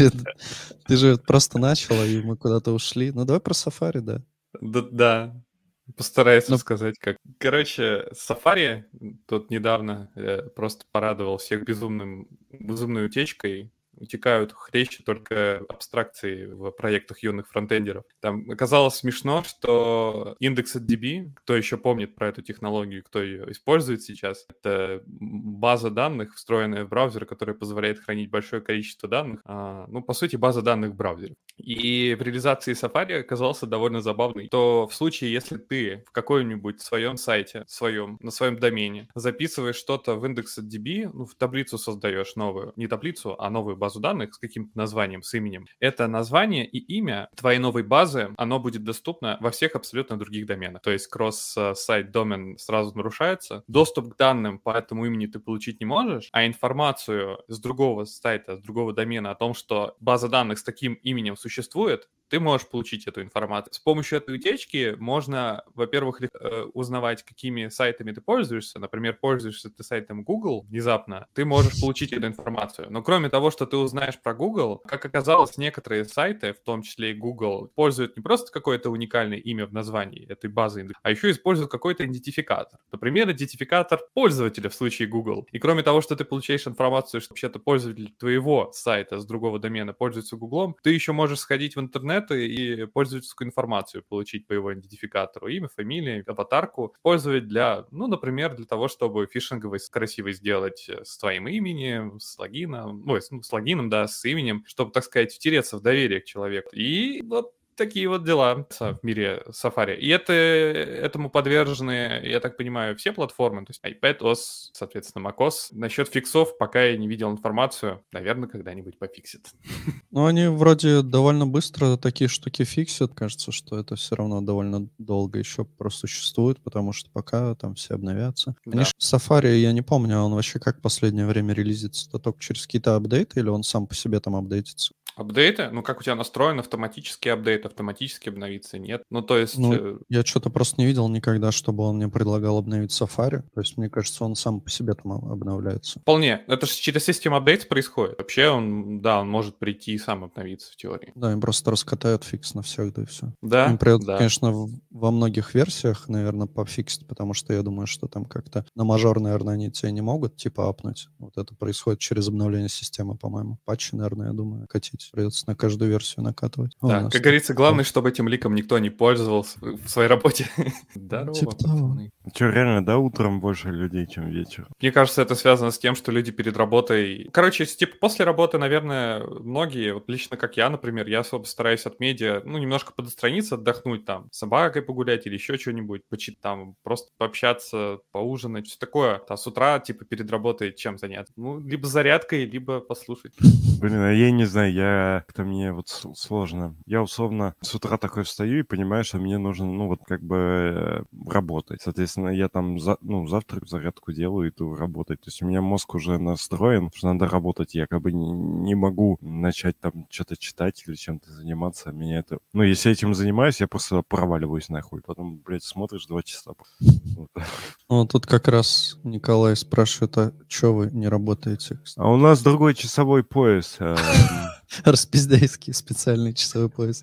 Ты же просто начала, и мы куда-то ушли. Ну, давай про Safari, да. Да, да. Постараюсь Ну, рассказать, как. Короче, Safari тут недавно э, просто порадовал всех безумным, безумной утечкой. Утекают хлещи только абстракции в проектах юных фронтендеров. Там оказалось смешно, что IndexedDB, кто еще помнит про эту технологию, кто ее использует сейчас, это база данных, встроенная в браузер, которая позволяет хранить большое количество данных. А, ну, по сути, база данных в браузере. И в реализации Safari оказался довольно забавный, то в случае, если ты в каком-нибудь своем сайте, своем, на своем домене записываешь что-то в IndexedDB, ну, в таблицу создаешь новую, не таблицу, а новую базу данных с каким-то названием, с именем, это название и имя твоей новой базы, оно будет доступно во всех абсолютно других доменах. То есть кросс-сайт домен сразу нарушается, доступ к данным по этому имени ты получить не можешь, а информацию с другого сайта, с другого домена о том, что база данных с таким именем существует, ты можешь получить эту информацию. С помощью этой утечки можно, во-первых, э, узнавать, какими сайтами ты пользуешься. Например, пользуешься ты сайтом Google внезапно, ты можешь получить эту информацию. Но кроме того, что ты узнаешь про Google, как оказалось, некоторые сайты, в том числе и Google, пользуют не просто какое-то уникальное имя в названии этой базы, а еще используют какой-то идентификатор. Например, идентификатор пользователя в случае Google. И кроме того, что ты получаешь информацию, что вообще-то пользователь твоего сайта с другого домена пользуется Google, ты еще можешь сходить в интернет и пользовательскую информацию получить по его идентификатору. Имя, фамилия, аватарку. Использовать для, ну, например, для того, чтобы фишинговый красивый сделать с твоим именем, с логином, ой, ну, с логином, да, с именем, чтобы, так сказать, втереться в доверие к человеку. И вот такие вот дела в мире Safari. И это, этому подвержены, я так понимаю, все платформы, то есть iPadOS, соответственно, macOS. Насчет фиксов пока я не видел информацию. Наверное, когда-нибудь пофиксят. ну, они вроде довольно быстро такие штуки фиксят. Кажется, что это все равно довольно долго еще просуществует, потому что пока там все обновятся. Да. Конечно, Safari, я не помню, он вообще как в последнее время релизится? Это только через какие-то апдейты или он сам по себе там апдейтится? Апдейты? Ну, как у тебя настроен автоматический апдейт, автоматически обновиться нет. Ну, то есть... Ну, э, я что-то просто не видел никогда, чтобы он мне предлагал обновить Safari. То есть, мне кажется, он сам по себе там об- обновляется. Вполне. Это же через System Updates происходит. Вообще он, да, он может прийти и сам обновиться в теории. Да, им просто раскатают фикс на всех, да и все. Да, Им придется, да. конечно, в- во многих версиях, наверное, пофиксить, потому что я думаю, что там как-то на мажор, наверное, они тебе не могут, типа, апнуть. Вот это происходит через обновление системы, по-моему. Патчи, наверное, я думаю, катить. Придется на каждую версию накатывать. О, у Да, нас как тут- говорится, главное, чтобы этим ликом никто не пользовался в своей работе. Здорово, типа того. пацаны. Че, реально, да, утром больше людей, чем вечером? Мне кажется, это связано с тем, что люди перед работой... Короче, с- типа после работы, наверное, многие, вот лично как я, например, я особо стараюсь от медиа, ну, немножко подостраниться, отдохнуть там, с собакой погулять или еще что-нибудь, почитать там, просто пообщаться, поужинать, все такое. А с утра, типа, перед работой чем заняться? Ну, либо зарядкой, либо послушать. Блин, а я не знаю, я как-то мне вот с- сложно. Я условно с утра такой встаю и понимаю, что мне нужно, ну, вот как бы э, работать. Соответственно, я там, за, ну, завтрак, зарядку делаю, иду работать. То есть у меня мозг уже настроен, что надо работать. Я как бы не, не могу начать там что-то читать или чем-то заниматься. Меня это... Ну, если я этим занимаюсь, я просто проваливаюсь нахуй. Потом, блядь, смотришь два часа. Вот. Ну, тут как раз Николай спрашивает, а что вы не работаете? А у нас другой часовой пояс. э, Распиздейский специальный часовой пояс.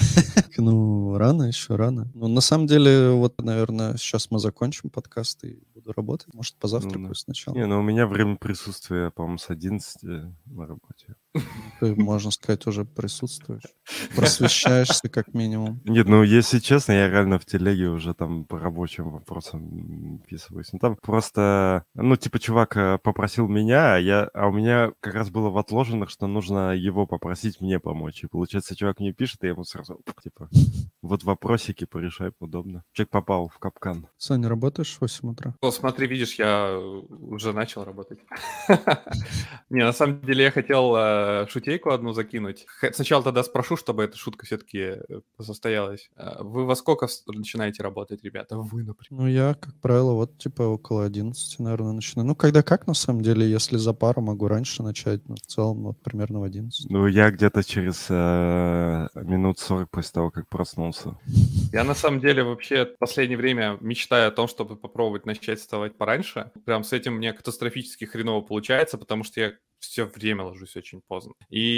Ну, рано еще, рано. Ну, на самом деле, вот, наверное, сейчас мы закончим подкаст и буду работать. Может, позавтракаю да. сначала. Не, ну у меня время присутствия, по-моему, с одиннадцати на работе. Ты, можно сказать, уже присутствуешь. Просвещаешься, как минимум. Нет, ну, если честно, я реально в телеге уже там по рабочим вопросам вписываюсь. Ну, там просто, ну, типа, чувак э, попросил меня, а, я, а у меня как раз было в отложенных, что нужно его попросить мне помочь. И получается, чувак мне пишет, и я ему сразу, типа, Вот вопросики порешай, удобно. Человек попал в капкан. Саня, работаешь в восемь утра? О, смотри, видишь, я уже начал работать. Не, на самом деле я хотел э, шутейку одну закинуть. Х- Сначала тогда спрошу, чтобы эта шутка все-таки состоялась. Э, Вы во сколько вс- начинаете работать, ребята? Вы, например. Ну, я, как правило, вот типа около одиннадцати, наверное, начинаю. Ну, когда как, на самом деле, если за пару могу раньше начать, но в целом вот примерно в одиннадцать. Ну, я где-то через э, минут сорок после того, как проснулся. Я на самом деле вообще в последнее время мечтаю о том, чтобы попробовать начать вставать пораньше. Прям с этим мне катастрофически хреново получается, потому что я все время ложусь очень поздно.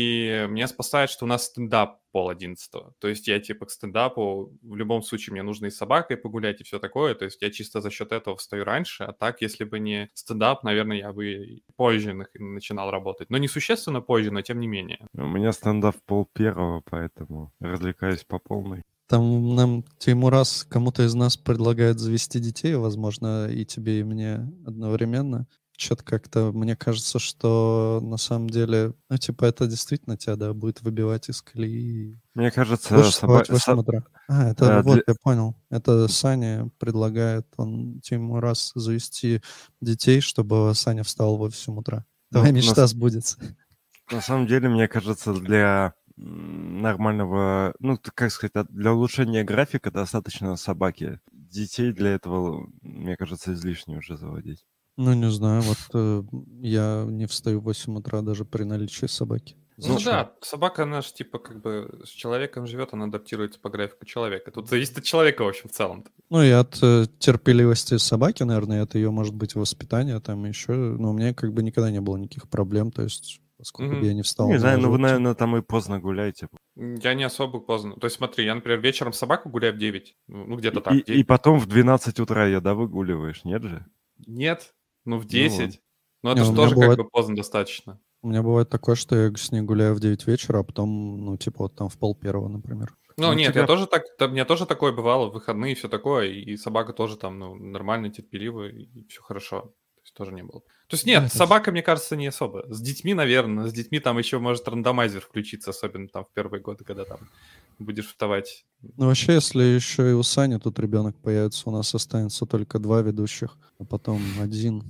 И меня спасает, что у нас стендап пол одиннадцатого. То есть я типа к стендапу в любом случае мне нужно и с собакой погулять и все такое. То есть я чисто за счет этого встаю раньше. А так, если бы не стендап, наверное, я бы и позже нах- начинал работать. Но не существенно позже, но тем не менее. У меня стендап пол первого, поэтому развлекаюсь по полной. Там нам Теймурас кому-то из нас предлагает завести детей, возможно, и тебе, и мне одновременно. Что-то как-то мне кажется, что на самом деле, ну, типа, это действительно тебя, да, будет выбивать из колеи. Мне кажется, Будешь соба- вставать в восемь со- утра. А, это э, вот, для- я понял. Это Саня предлагает, он Теймурас завести детей, чтобы Саня встал в восемь утра. Ну, Твоя на мечта с- сбудется. на самом деле, мне кажется, для м, нормального, ну, т- как сказать, от- для улучшения графика достаточно собаки. Детей для этого, мне кажется, излишне уже заводить. Ну, не знаю, вот э, я не встаю в восемь утра даже при наличии собаки. Ну Зачем? да, собака, она же типа как бы с человеком живет, она адаптируется по графику человека. Тут зависит от человека, в общем, в целом. Ну и от э, терпеливости собаки, наверное, и от ее, может быть, воспитания там еще. Но у меня как бы никогда не было никаких проблем, то есть поскольку бы Мгм. я не встал Не на знаю, ну вы, животе. наверное, там и поздно гуляете. Я не особо поздно. То есть смотри, я, например, вечером собаку гуляю в девять. Ну, ну, И, где-то и- так, и девять. потом в двенадцать утра ее, да, выгуливаешь, нет же? Нет, ну в Ну вот. десять. Но Не, это у же меня тоже как бывает, бы поздно достаточно. у меня бывает такое, что я с ней гуляю в девять вечера, а потом, ну, типа, вот там в пол первого, например. Ну, Ну, нет, я тебя... тоже так, та- у меня тоже такое бывало в выходные и все такое, и собака тоже там, ну, нормально, терпеливо, и все хорошо. То есть тоже не было. То есть Да, нет, это... собака, мне кажется, не особо. С детьми, наверное, с детьми там еще может рандомайзер включиться, особенно там в первые годы, когда там будешь вставать. Ну, вообще, если еще и у Сани тут ребенок появится, у нас останется только два ведущих, а потом один.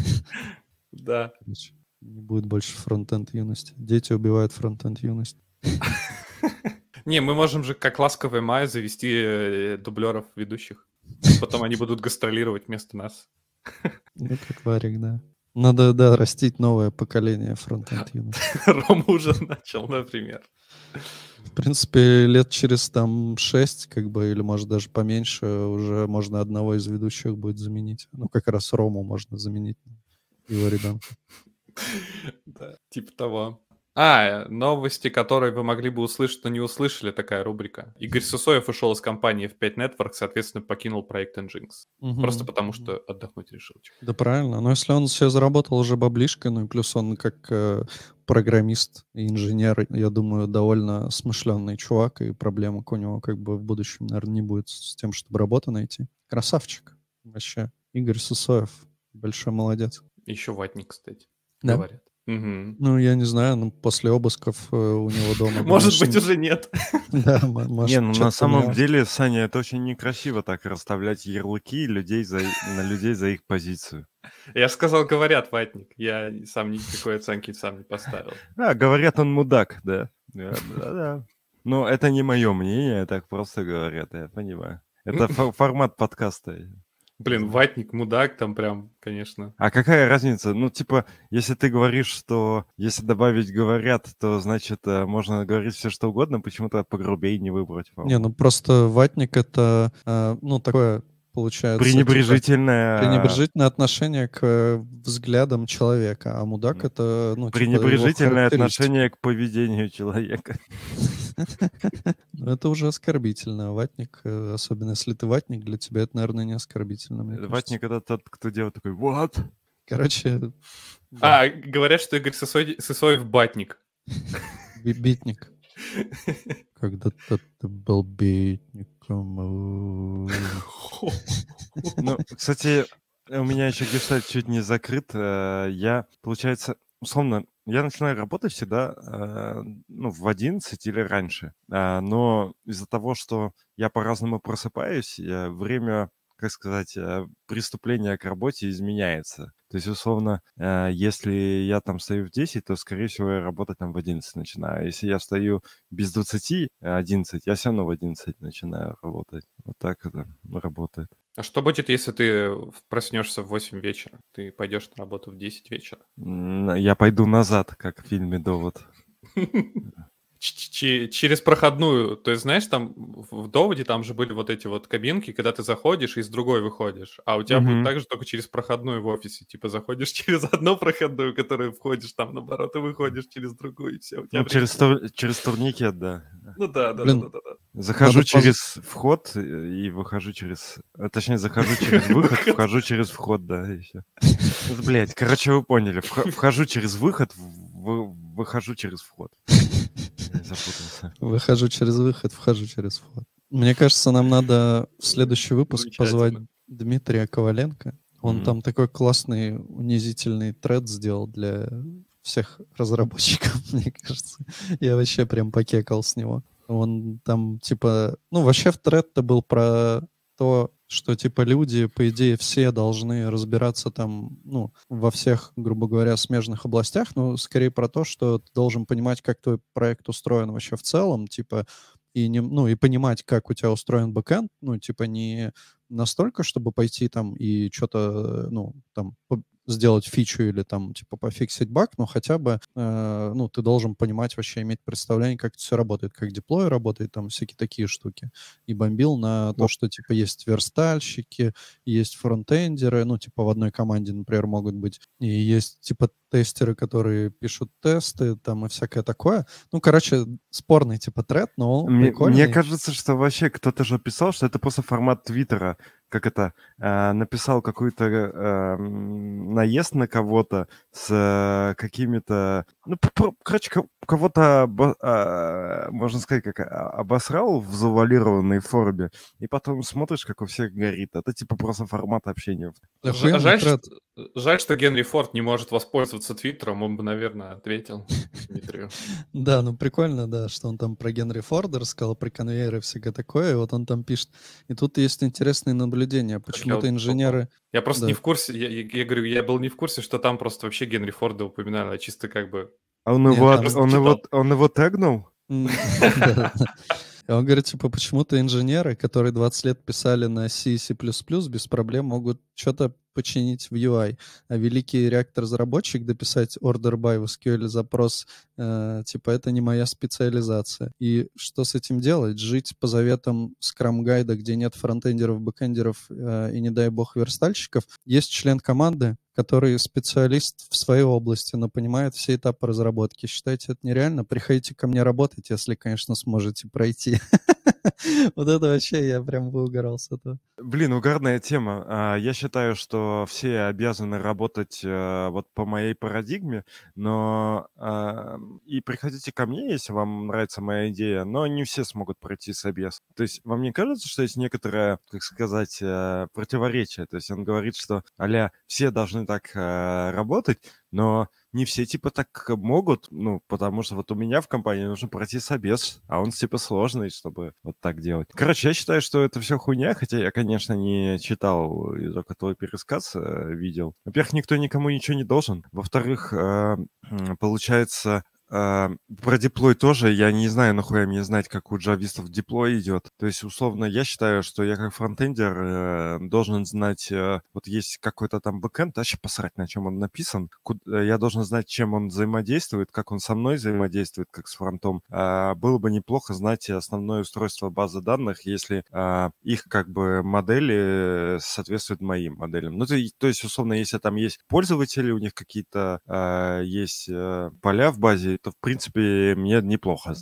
Да. Короче, не будет больше фронтенд юности. Дети убивают фронтенд юность. Не, мы можем же, как ласковая Майя, завести э, дублеров ведущих. Потом они будут гастролировать вместо нас. Ну, как Варик, да. Надо, да, растить новое поколение фронтенд юности. Рома уже начал, например. В принципе, лет через там шесть, как бы, или может даже поменьше, уже можно одного из ведущих будет заменить. Ну, как раз Рому можно заменить, его ребенка. Да, типа того. А, новости, которые вы могли бы услышать, но не услышали, такая рубрика. Игорь Сысоев ушел из компании эф пять Network, соответственно, покинул проект Nginx. Мгм. Просто потому, что отдохнуть решил. Да, правильно. Но если он себе заработал уже баблишко, ну и плюс он как э, программист и инженер, я думаю, довольно смышленный чувак, и проблемок у него как бы в будущем, наверное, не будет с тем, чтобы работу найти. Красавчик. Вообще. Игорь Сысоев. Большой молодец. Еще ватник, кстати, Да? говорят. Мгм. Ну, я не знаю, ну, после обысков э, у него дома... Может думаешь, быть, уже нет. Да, м- может, Не, ну на что-то самом поменялось. деле, Саня, это очень некрасиво так расставлять ярлыки людей за, на людей за их позицию. Я же сказал, говорят, ватник. Я сам никакой оценки сам не поставил. А, говорят, он мудак, да. Да, да, да. Но это не мое мнение, так просто говорят, я понимаю. Это фо- формат подкаста. Блин, ватник, мудак, там прям, конечно. А какая разница? Ну, типа, если ты говоришь, что если добавить «говорят», то, значит, э, можно говорить все что угодно, почему-то погрубее не выбрать. Не, по-моему. ну просто ватник — это, э, ну, такое, получается, типа, Пренебрежительное... пренебрежительное отношение к э, взглядам человека, а мудак — М. это, ну, типа, его Пренебрежительное характеристики. отношение к поведению человека. Ну, это уже оскорбительно. Ватник, э, особенно если ты ватник, для тебя это, наверное, не оскорбительно, мне кажется. Ватник — это тот, кто делает такой «вот». Короче, да, А, говорят, что Игорь Сысой- Сысоев батник. би- битник. Когда-то ты был битником. у. Ну, кстати, у меня еще гештальт чуть не закрыт. Э, Я, получается, условно, я начинаю работать всегда э, ну, в одиннадцать или раньше. А, но из-за того, что я по-разному просыпаюсь, э, время, как сказать, э, приступления к работе изменяется. То есть, условно, э, если я там встаю в десять, то, скорее всего, я работать там в одиннадцать начинаю. Если я встаю без двадцати одиннадцать, я все равно в одиннадцать начинаю работать. Вот так это работает. А что будет, если ты проснешься в восемь вечера? Ты пойдешь на работу в десять вечера? М, Я пойду назад, как в фильме «Довод». Ч- ч- Через проходную, то есть, знаешь, там в в доводе там же были вот эти вот кабинки, когда ты заходишь и с другой выходишь, а у тебя будет Мгм. так же только через проходную в офисе, типа заходишь через одну проходную, которую входишь там наоборот и выходишь через другую, и все, у тебя Ну, через, время. тур- через турникет, да. Ну да, да, да, Блин, да, да, да. Захожу надо поз... через вход э, и выхожу через... э, Точнее, захожу через выход, Выход. вхожу через вход, да, и все. Блять, короче, вы поняли. Вх- Вхожу через выход, в- выхожу через вход. Я запутался. Выхожу через выход, вхожу через вход. Мне кажется, нам надо в следующий выпуск позвать Замечательно. Дмитрия Коваленко. Он Мгм. там такой классный, унизительный тред сделал для всех разработчиков, мне кажется. Я вообще прям покекал с него. Он там, типа... Ну, вообще в тред-то был про то, что, типа, люди, по идее, все должны разбираться там, ну, во всех, грубо говоря, смежных областях, но скорее про то, что ты должен понимать, как твой проект устроен вообще в целом, типа, и, не, ну, и понимать, как у тебя устроен бэкэнд, ну, типа, не настолько, чтобы пойти там и что-то, ну, там, по- сделать фичу или там, типа, пофиксить баг, но хотя бы, э, ну, ты должен понимать вообще, иметь представление, как это все работает, как деплой работает, там, всякие такие штуки. И бомбил на то, Во- что, типа, есть верстальщики, есть фронтендеры, ну, типа, в одной команде, например, могут быть, и есть, типа, тестеры, которые пишут тесты, там, и всякое такое. Ну, короче, спорный, типа, тред, но он Мне, мне прикольный. кажется, что вообще кто-то же писал, что это просто формат Твиттера. Как это, э, написал какой-то э, м, наезд на кого-то с э, какими-то... Ну, п- п- короче, ко- кого-то, обо- а, можно сказать, как а, обосрал в завуалированной форме, и потом смотришь, как у всех горит. Это типа просто формат общения. Ж- Охуенный Жаль, тред. что, жаль, что Генри Форд не может воспользоваться Твиттером, он бы, наверное, ответил Дмитрию. Да, ну прикольно, да, что он там про Генри Форда рассказал, про конвейеры и всякое такое, и вот он там пишет. И тут есть интересные наблюдения. Как я Почему-то вот попал. инженеры... Я просто Да. не в курсе, я, я- я говорю, я был не в курсе, что там просто вообще Генри Форда упоминали, а чисто как бы... А он Нет, его, Я от- там... просто он его, читал. он его тегнул? М, да, да. И он говорит, типа, почему-то инженеры, которые двадцать лет писали на C и C++, без проблем могут что-то починить в ю ай. А великий React-разработчик дописать order by в эс кью эль запрос, э, типа, это не моя специализация. И что с этим делать? Жить по заветам скрам-гайда, где нет фронтендеров, бэкендеров э, и, не дай бог, верстальщиков. Есть член команды, который специалист в своей области, но понимает все этапы разработки. Считаете это нереально? Приходите ко мне работать, если, конечно, сможете пройти. Вот это вообще я прям выугорал с этого. Блин, угарная тема. А, Я считаю, что все обязаны работать э, вот по моей парадигме, но а, и приходите ко мне, если вам нравится моя идея, но не все смогут пройти собес. То есть вам не кажется, что есть некоторое, как сказать, э, противоречие? То есть он говорит, что а-ля все должны так э, работать, но не все типа так могут, ну, потому что вот у меня в компании нужно пройти собес, а он типа сложный, чтобы вот так делать. Короче, я считаю, что это все хуйня, хотя я, конечно, не читал, и только твой пересказ э, видел. Во-первых, никто никому ничего не должен. Во-вторых, э, м, получается, э, про деплой тоже я не знаю, нахуя мне знать, как у джавистов деплой идет. То есть, условно, я считаю, что я как фронтендер э, должен знать, э, вот есть какой-то там бэкэнд, вообще посрать, на чем он написан. Куд- э, я должен знать, чем он взаимодействует, как он со мной взаимодействует, как с фронтом. А, было бы неплохо знать основное устройство базы данных, если а, их как бы модели э, соответствуют моим моделям. Ну, то, и- то есть, условно, если там есть пользователи, у них какие-то а, есть э, поля в базе, то, в принципе, мне неплохо знать.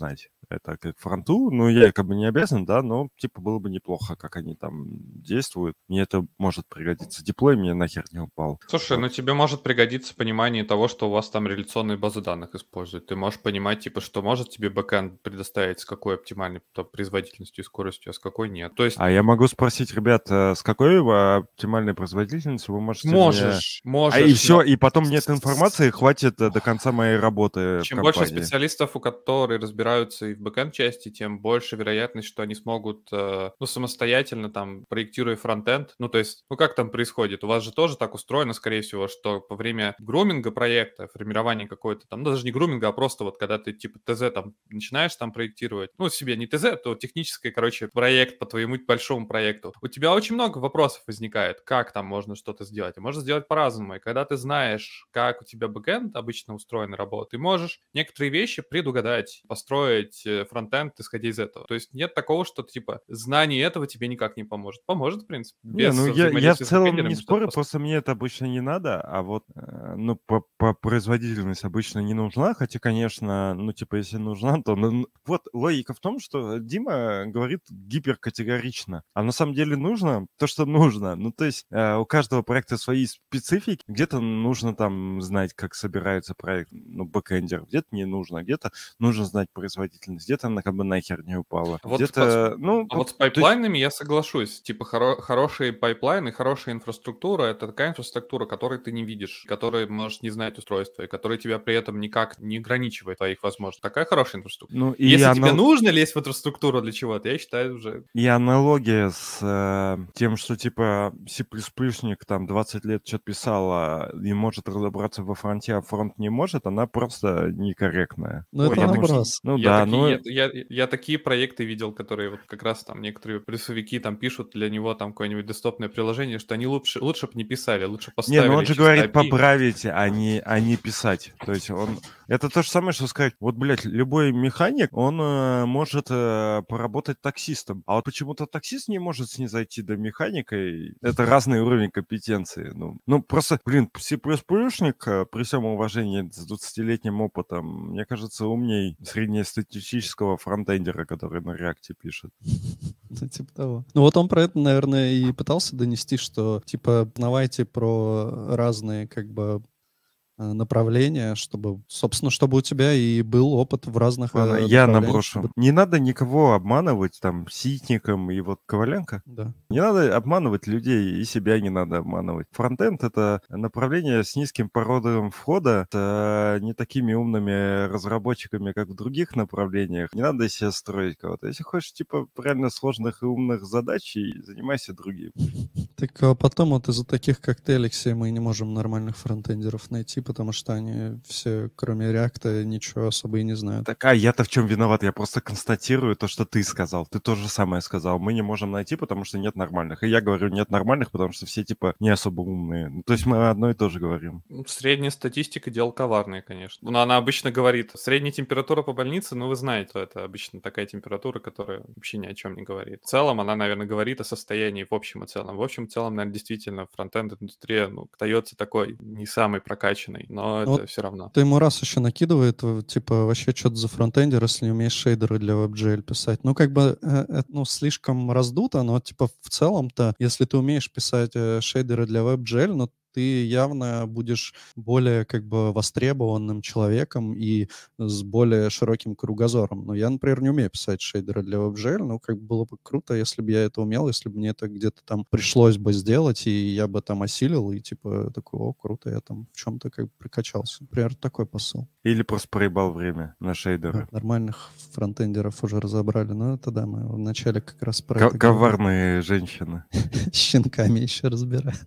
это к фронту. Ну, я как бы не обязан, да, но типа было бы неплохо, как они там действуют. Мне это может пригодиться. Деплой мне нахер не упал. Слушай, Вот. ну тебе может пригодиться понимание того, что у вас там реляционные базы данных используют. Ты можешь понимать, типа, что может тебе бэкэнд предоставить, с какой оптимальной там, производительностью и скоростью, а с какой нет. То есть А я могу спросить, ребят, э, с какой э, оптимальной производительностью вы можете мне... можешь, А и можешь, все, но и потом нет информации, хватит э, до конца моей работы в чем больше компании. специалистов, у которых разбираются и в бэкэнд-части, тем больше вероятность, что они смогут, э, ну, самостоятельно там, проектируя фронтенд, ну, то есть, ну, как там происходит? У вас же тоже так устроено, скорее всего, что во время груминга проекта, формирования какой-то там, ну, даже не груминга, а просто вот когда ты, типа, ТЗ там начинаешь там проектировать, ну, себе не ТЗ, то технический, короче, проект по твоему большому проекту, у тебя очень много вопросов возникает, как там можно что-то сделать, и можно сделать по-разному, и когда ты знаешь, как у тебя бэкэнд обычно устроен и работает, ты можешь некоторые вещи предугадать, построить э, фронтенд, исходя из этого. То есть нет такого, что, типа, знание этого тебе никак не поможет. Поможет, в принципе, Не, без ну я, я в взаимодействия с целом бэкэндерами не что-то спорю, построить. просто мне это обычно не надо, а вот, э, ну, по, по производительность обычно не нужна, хотя, конечно, ну, типа, если нужна, то... ну, ну, вот логика в том, что Дима говорит гиперкатегорично, а на самом деле нужно то, что нужно. Ну, то есть э, у каждого проекта свои специфики, где-то нужно там знать, как собирается проект, ну, бэкэндер, где-то не нужно, где-то нужно знать производительность, где-то она как бы нахер не упала, Вот, где-то, по- ну, а вот с то есть... пайплайнами я соглашусь. Типа хоро- хорошие пайплайны, хорошая инфраструктура — это такая инфраструктура, которой ты не видишь, которой можешь не знать устройства, и которая тебя при этом никак не ограничивает твоих возможностей. Такая хорошая инфраструктура. Ну, и Если тебе она... нужно лезть в инфраструктуру для чего-то, я считаю уже... И аналогия с э, тем, что типа C++-шник там двадцать лет что-то писал а не может разобраться во фронте, а фронт не может, она просто некорректная. Ну, Ой, это я Потому что, такие, наброс. ну я да, такие, ну я, я- я такие проекты видел, которые вот как раз там некоторые плюсовики там пишут для него там какое-нибудь десктопное приложение, что они лучше, лучше бы не писали, лучше не, ну поставили он же чисто говорит эй пи ай. поправить, а не, а не писать. То есть он... Это то же самое, что сказать, вот, блядь, любой механик, он э, может э, поработать таксистом, а вот почему-то таксист не может снизойти до механика, и это разный уровень компетенции. Ну, ну просто, блин, C++-шник, э, при всем уважении с двадцатилетним опытом, мне кажется, умней среднестатистического фронтендера, который на реакте пишет. Ну, типа того. Ну, вот он про это, наверное, и пытался донести, что, типа, узнавайте про разные, как бы, э, направления, чтобы, собственно, чтобы у тебя и был опыт в разных Ладно, э, я направлениях, наброшу. чтобы... Не надо никого обманывать, там, Ситником и вот Коваленко. Да. Не надо обманывать людей, и себя не надо обманывать. Фронтенд — это направление с низким порогом входа, с не такими умными разработчиками, как в других направлениях. Не надо из себя строить кого-то. Если хочешь, типа, реально сложных и умных задач, и занимайся другим. Так а потом вот из-за таких, как ты, Алексей, мы не можем нормальных фронтендеров найти, потому что они все, кроме реакта, ничего особо и не знают. Так, а я-то в чем виноват? Я просто констатирую то, что ты сказал. Ты то же самое сказал. Мы не можем найти, потому что нет нормальных. И я говорю, нет нормальных, потому что все, типа, не особо умные. Ну, то есть мы одно и то же говорим. Ну, средняя статистика — дело коварное, конечно. Но она обычно говорит, средняя температура по больнице, ну, вы знаете, что это обычно такая температура, которая вообще ни о чем не говорит. В целом она, наверное, говорит о состоянии в общем и целом. В общем и целом, наверное, действительно, фронтенд-индустрия, ну, остается такой не самый прокачанный, но Ну, это вот все равно. ты ему раз еще накидывает, э, типа, вообще что-то за фронтендер, если не умеешь шейдеры для WebGL писать. Ну, как бы, э, э, ну, слишком раздуто, но, типа, в целом-то, если ты умеешь писать э, шейдеры для WebGL, ну, ты явно будешь более, как бы, востребованным человеком и с более широким кругозором. Но я, например, не умею писать шейдеры для WebGL, ну, как бы было бы круто, если бы я это умел, если бы мне это где-то там пришлось бы сделать, и я бы там осилил, и, типа, такой, о, круто, я там в чем-то, как бы, прикачался. Например, такой посыл. Или просто проебал время на Да, шейдеры. нормальных фронтендеров уже разобрали, но это да, мы вначале как раз про Ко- это говорили. коварные женщины. С щенками еще разбираем.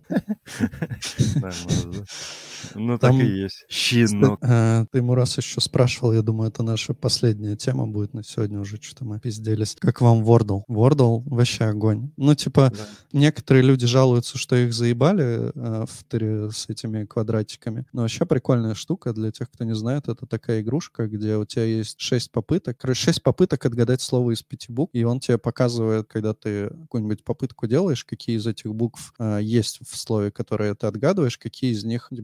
Да, ну, да. Ну, так и Там, есть. кстати, Щенок. э, ты ему раз еще спрашивал, я думаю, это наша последняя тема будет на сегодня уже, что-то мы пизделись. Как вам Wordle? Wordle вообще огонь. Ну, типа, Да. некоторые люди жалуются, что их заебали э, в тыре с этими квадратиками. Но вообще прикольная штука для тех, кто не знает. Это такая игрушка, где у тебя есть шесть попыток. Короче, шесть попыток отгадать слово из пяти букв. И он тебе показывает, когда ты какую-нибудь попытку делаешь, какие из этих букв э, есть в слове, которое ты отгадываешь, какие из них тебе зелененькие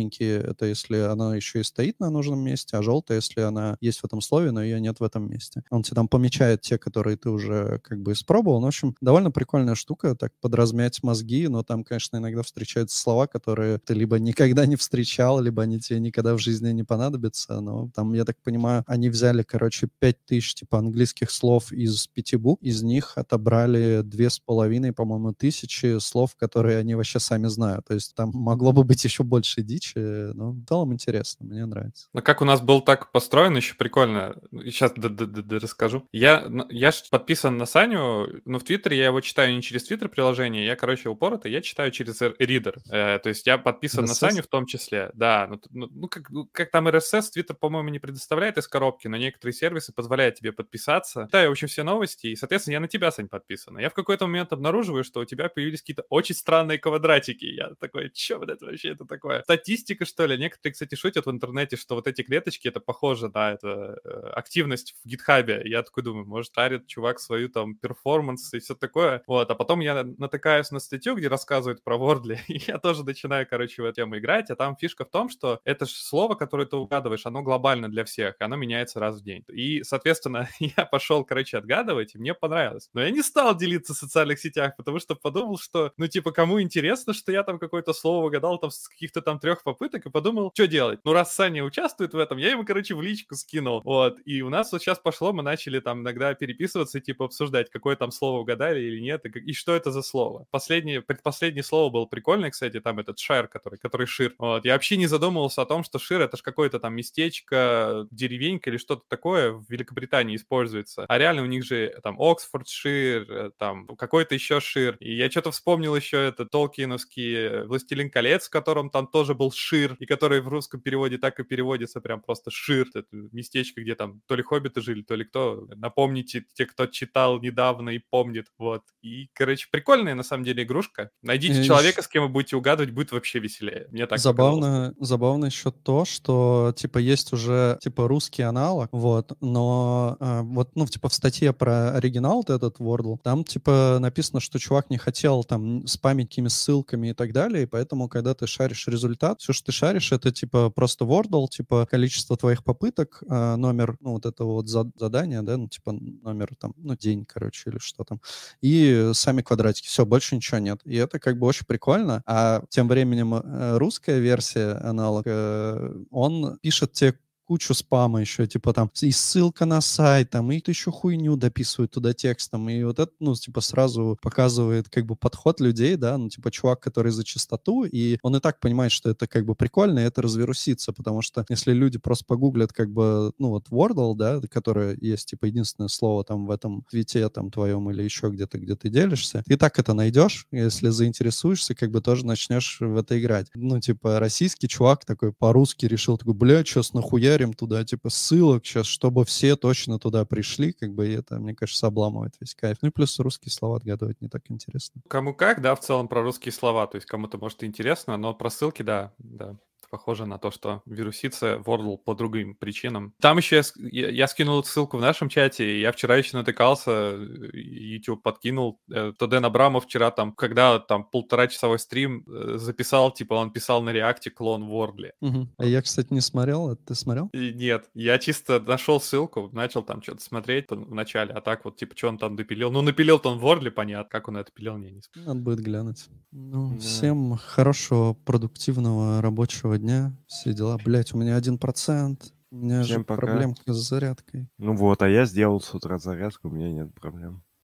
синенький — это если она еще и стоит на нужном месте, а желтый, если она есть в этом слове, но ее нет в этом месте. Он тебе там помечает те, которые ты уже как бы испробовал. Ну, в общем, довольно прикольная штука, так подразмять мозги, но там, конечно, иногда встречаются слова, которые ты либо никогда не встречал, либо они тебе никогда в жизни не понадобятся. Но там, я так понимаю, они взяли, короче, пять тысяч типа английских слов из пяти букв, из них отобрали две с половиной, по-моему, тысячи слов, которые они вообще сами знают. То есть там могло бы быть еще больше дичи, но в целом интересно, мне нравится. Ну, как у нас был так построен, еще прикольно. Сейчас расскажу. Я, я ж подписан на Саню, но в Твиттере я его читаю не через Твиттер-приложение, я, короче, упоротый, я читаю через Reader. Э, то есть я подписан эр эс эс? На Саню в том числе. Да, ну, ну, ну как, как там эр эс эс, Твиттер, по-моему, не предоставляет из коробки, но некоторые сервисы позволяют тебе подписаться. Читаю вообще все новости, и, соответственно, я на тебя, Сань, подписан. Я в какой-то момент обнаруживаю, что у тебя появились какие-то очень странные квадратики. Я такой, что вот это вообще это такое? Статистика, что ли? Некоторые, кстати, шутят в интернете, что вот эти клеточки, это похоже на это, э, активность в гитхабе. Я такой думаю, может, тарит чувак свою там перформанс и все такое. Вот, а потом я натыкаюсь на статью, где рассказывают про Wordle, и я тоже начинаю, короче, в эту тему играть, а там фишка в том, что это же слово, которое ты угадываешь, оно глобально для всех, оно меняется раз в день. И, соответственно, я пошел, короче, отгадывать, и мне понравилось. Но я не стал делиться в социальных сетях, потому что подумал, что, ну, типа, кому интересно, что я там какое-то слово угадал там с каких-то там трех попыток, и подумал, что делать? Ну, раз Саня участвует в этом, я ему, короче, в личку скинул. Вот, и у нас вот сейчас пошло, мы начали там иногда переписываться, типа, обсуждать, какое там слово угадали или нет, и, и что это за слово. Последнее, предпоследнее слово было прикольное, кстати, там этот шир, который, который шир. Вот, я вообще не задумывался о том, что шир — это же какое-то там местечко, деревенька или что-то такое в Великобритании используется. А реально у них же там Оксфордшир, там какой-то еще шир. И я что-то вспомнил еще это Толкиновский «Властелин колец», в котором там тоже был шир, и который в русском переводе так и переводится прям просто шир. Это местечко, где там то ли хоббиты жили, то ли кто. Напомните, те, кто читал недавно и помнит. Вот. И, короче, прикольная на самом деле игрушка. Найдите И человека, с кем вы будете угадывать, будет вообще веселее. Мне так Забавно, забавно еще то, что, типа, есть уже, типа, русский аналог, вот, но э, вот, ну, типа, в статье про оригинал вот этот Wordle, там, типа, написано, что чувак не хотел там спамить какими ссылками и так далее, и поэтому, когда ты шаришь результат, все, что ты шаришь, это, типа, просто Wordle, типа, количество твоих попыток, э, номер, ну, вот этого вот за- задания, да, ну, типа, номер там, ну, день, короче, или что там, и сами квадратики, все, больше ничего нет. И это, как бы, очень прикольно, а тем временем э, русская версия, аналог, э, он пишет тебе кучу спама еще, типа там и ссылка на сайт, там, и еще хуйню дописывают туда текстом, и вот это, ну, типа сразу показывает как бы подход людей, да, ну, типа чувак, который за чистоту, и он и так понимает, что это как бы прикольно, и это развирусится, потому что если люди просто погуглят как бы, ну, вот Wordle, да, которое есть, типа, единственное слово там в этом твите там твоем или еще где-то, где ты делишься, ты так это найдешь, если заинтересуешься, как бы тоже начнешь в это играть. Ну, типа, российский чувак такой по-русски решил, такой, бля, сейчас нахуя туда, типа, ссылок сейчас, чтобы все точно туда пришли, как бы, и это, мне кажется, обламывает весь кайф. Ну и плюс русские слова отгадывать не так интересно. Кому как, да, в целом про русские слова, то есть кому-то, может, и интересно, но про ссылки, да, да. Похоже на то, что вирусится Wordle по другим причинам. Там еще я, я скинул ссылку в нашем чате, и я вчера еще натыкался, YouTube подкинул. То Дэн Абрамов вчера там, когда там полуторачасовой стрим записал, типа он писал на реакте клон Wordle. Угу. А я, кстати, не смотрел, а ты смотрел? И нет, я чисто нашел ссылку, начал там что-то смотреть в начале, а так вот, типа, что он там допилил. Ну, напилил-то он в Wordle, понятно, как он это пилил, не, не Надо будет глянуть. Ну, Да. всем хорошего, продуктивного рабочего дня. Все дела. Блять, у меня один процент. У меня Всем же пока. проблемка с зарядкой. Ну вот, а я сделал с утра зарядку, у меня нет проблем.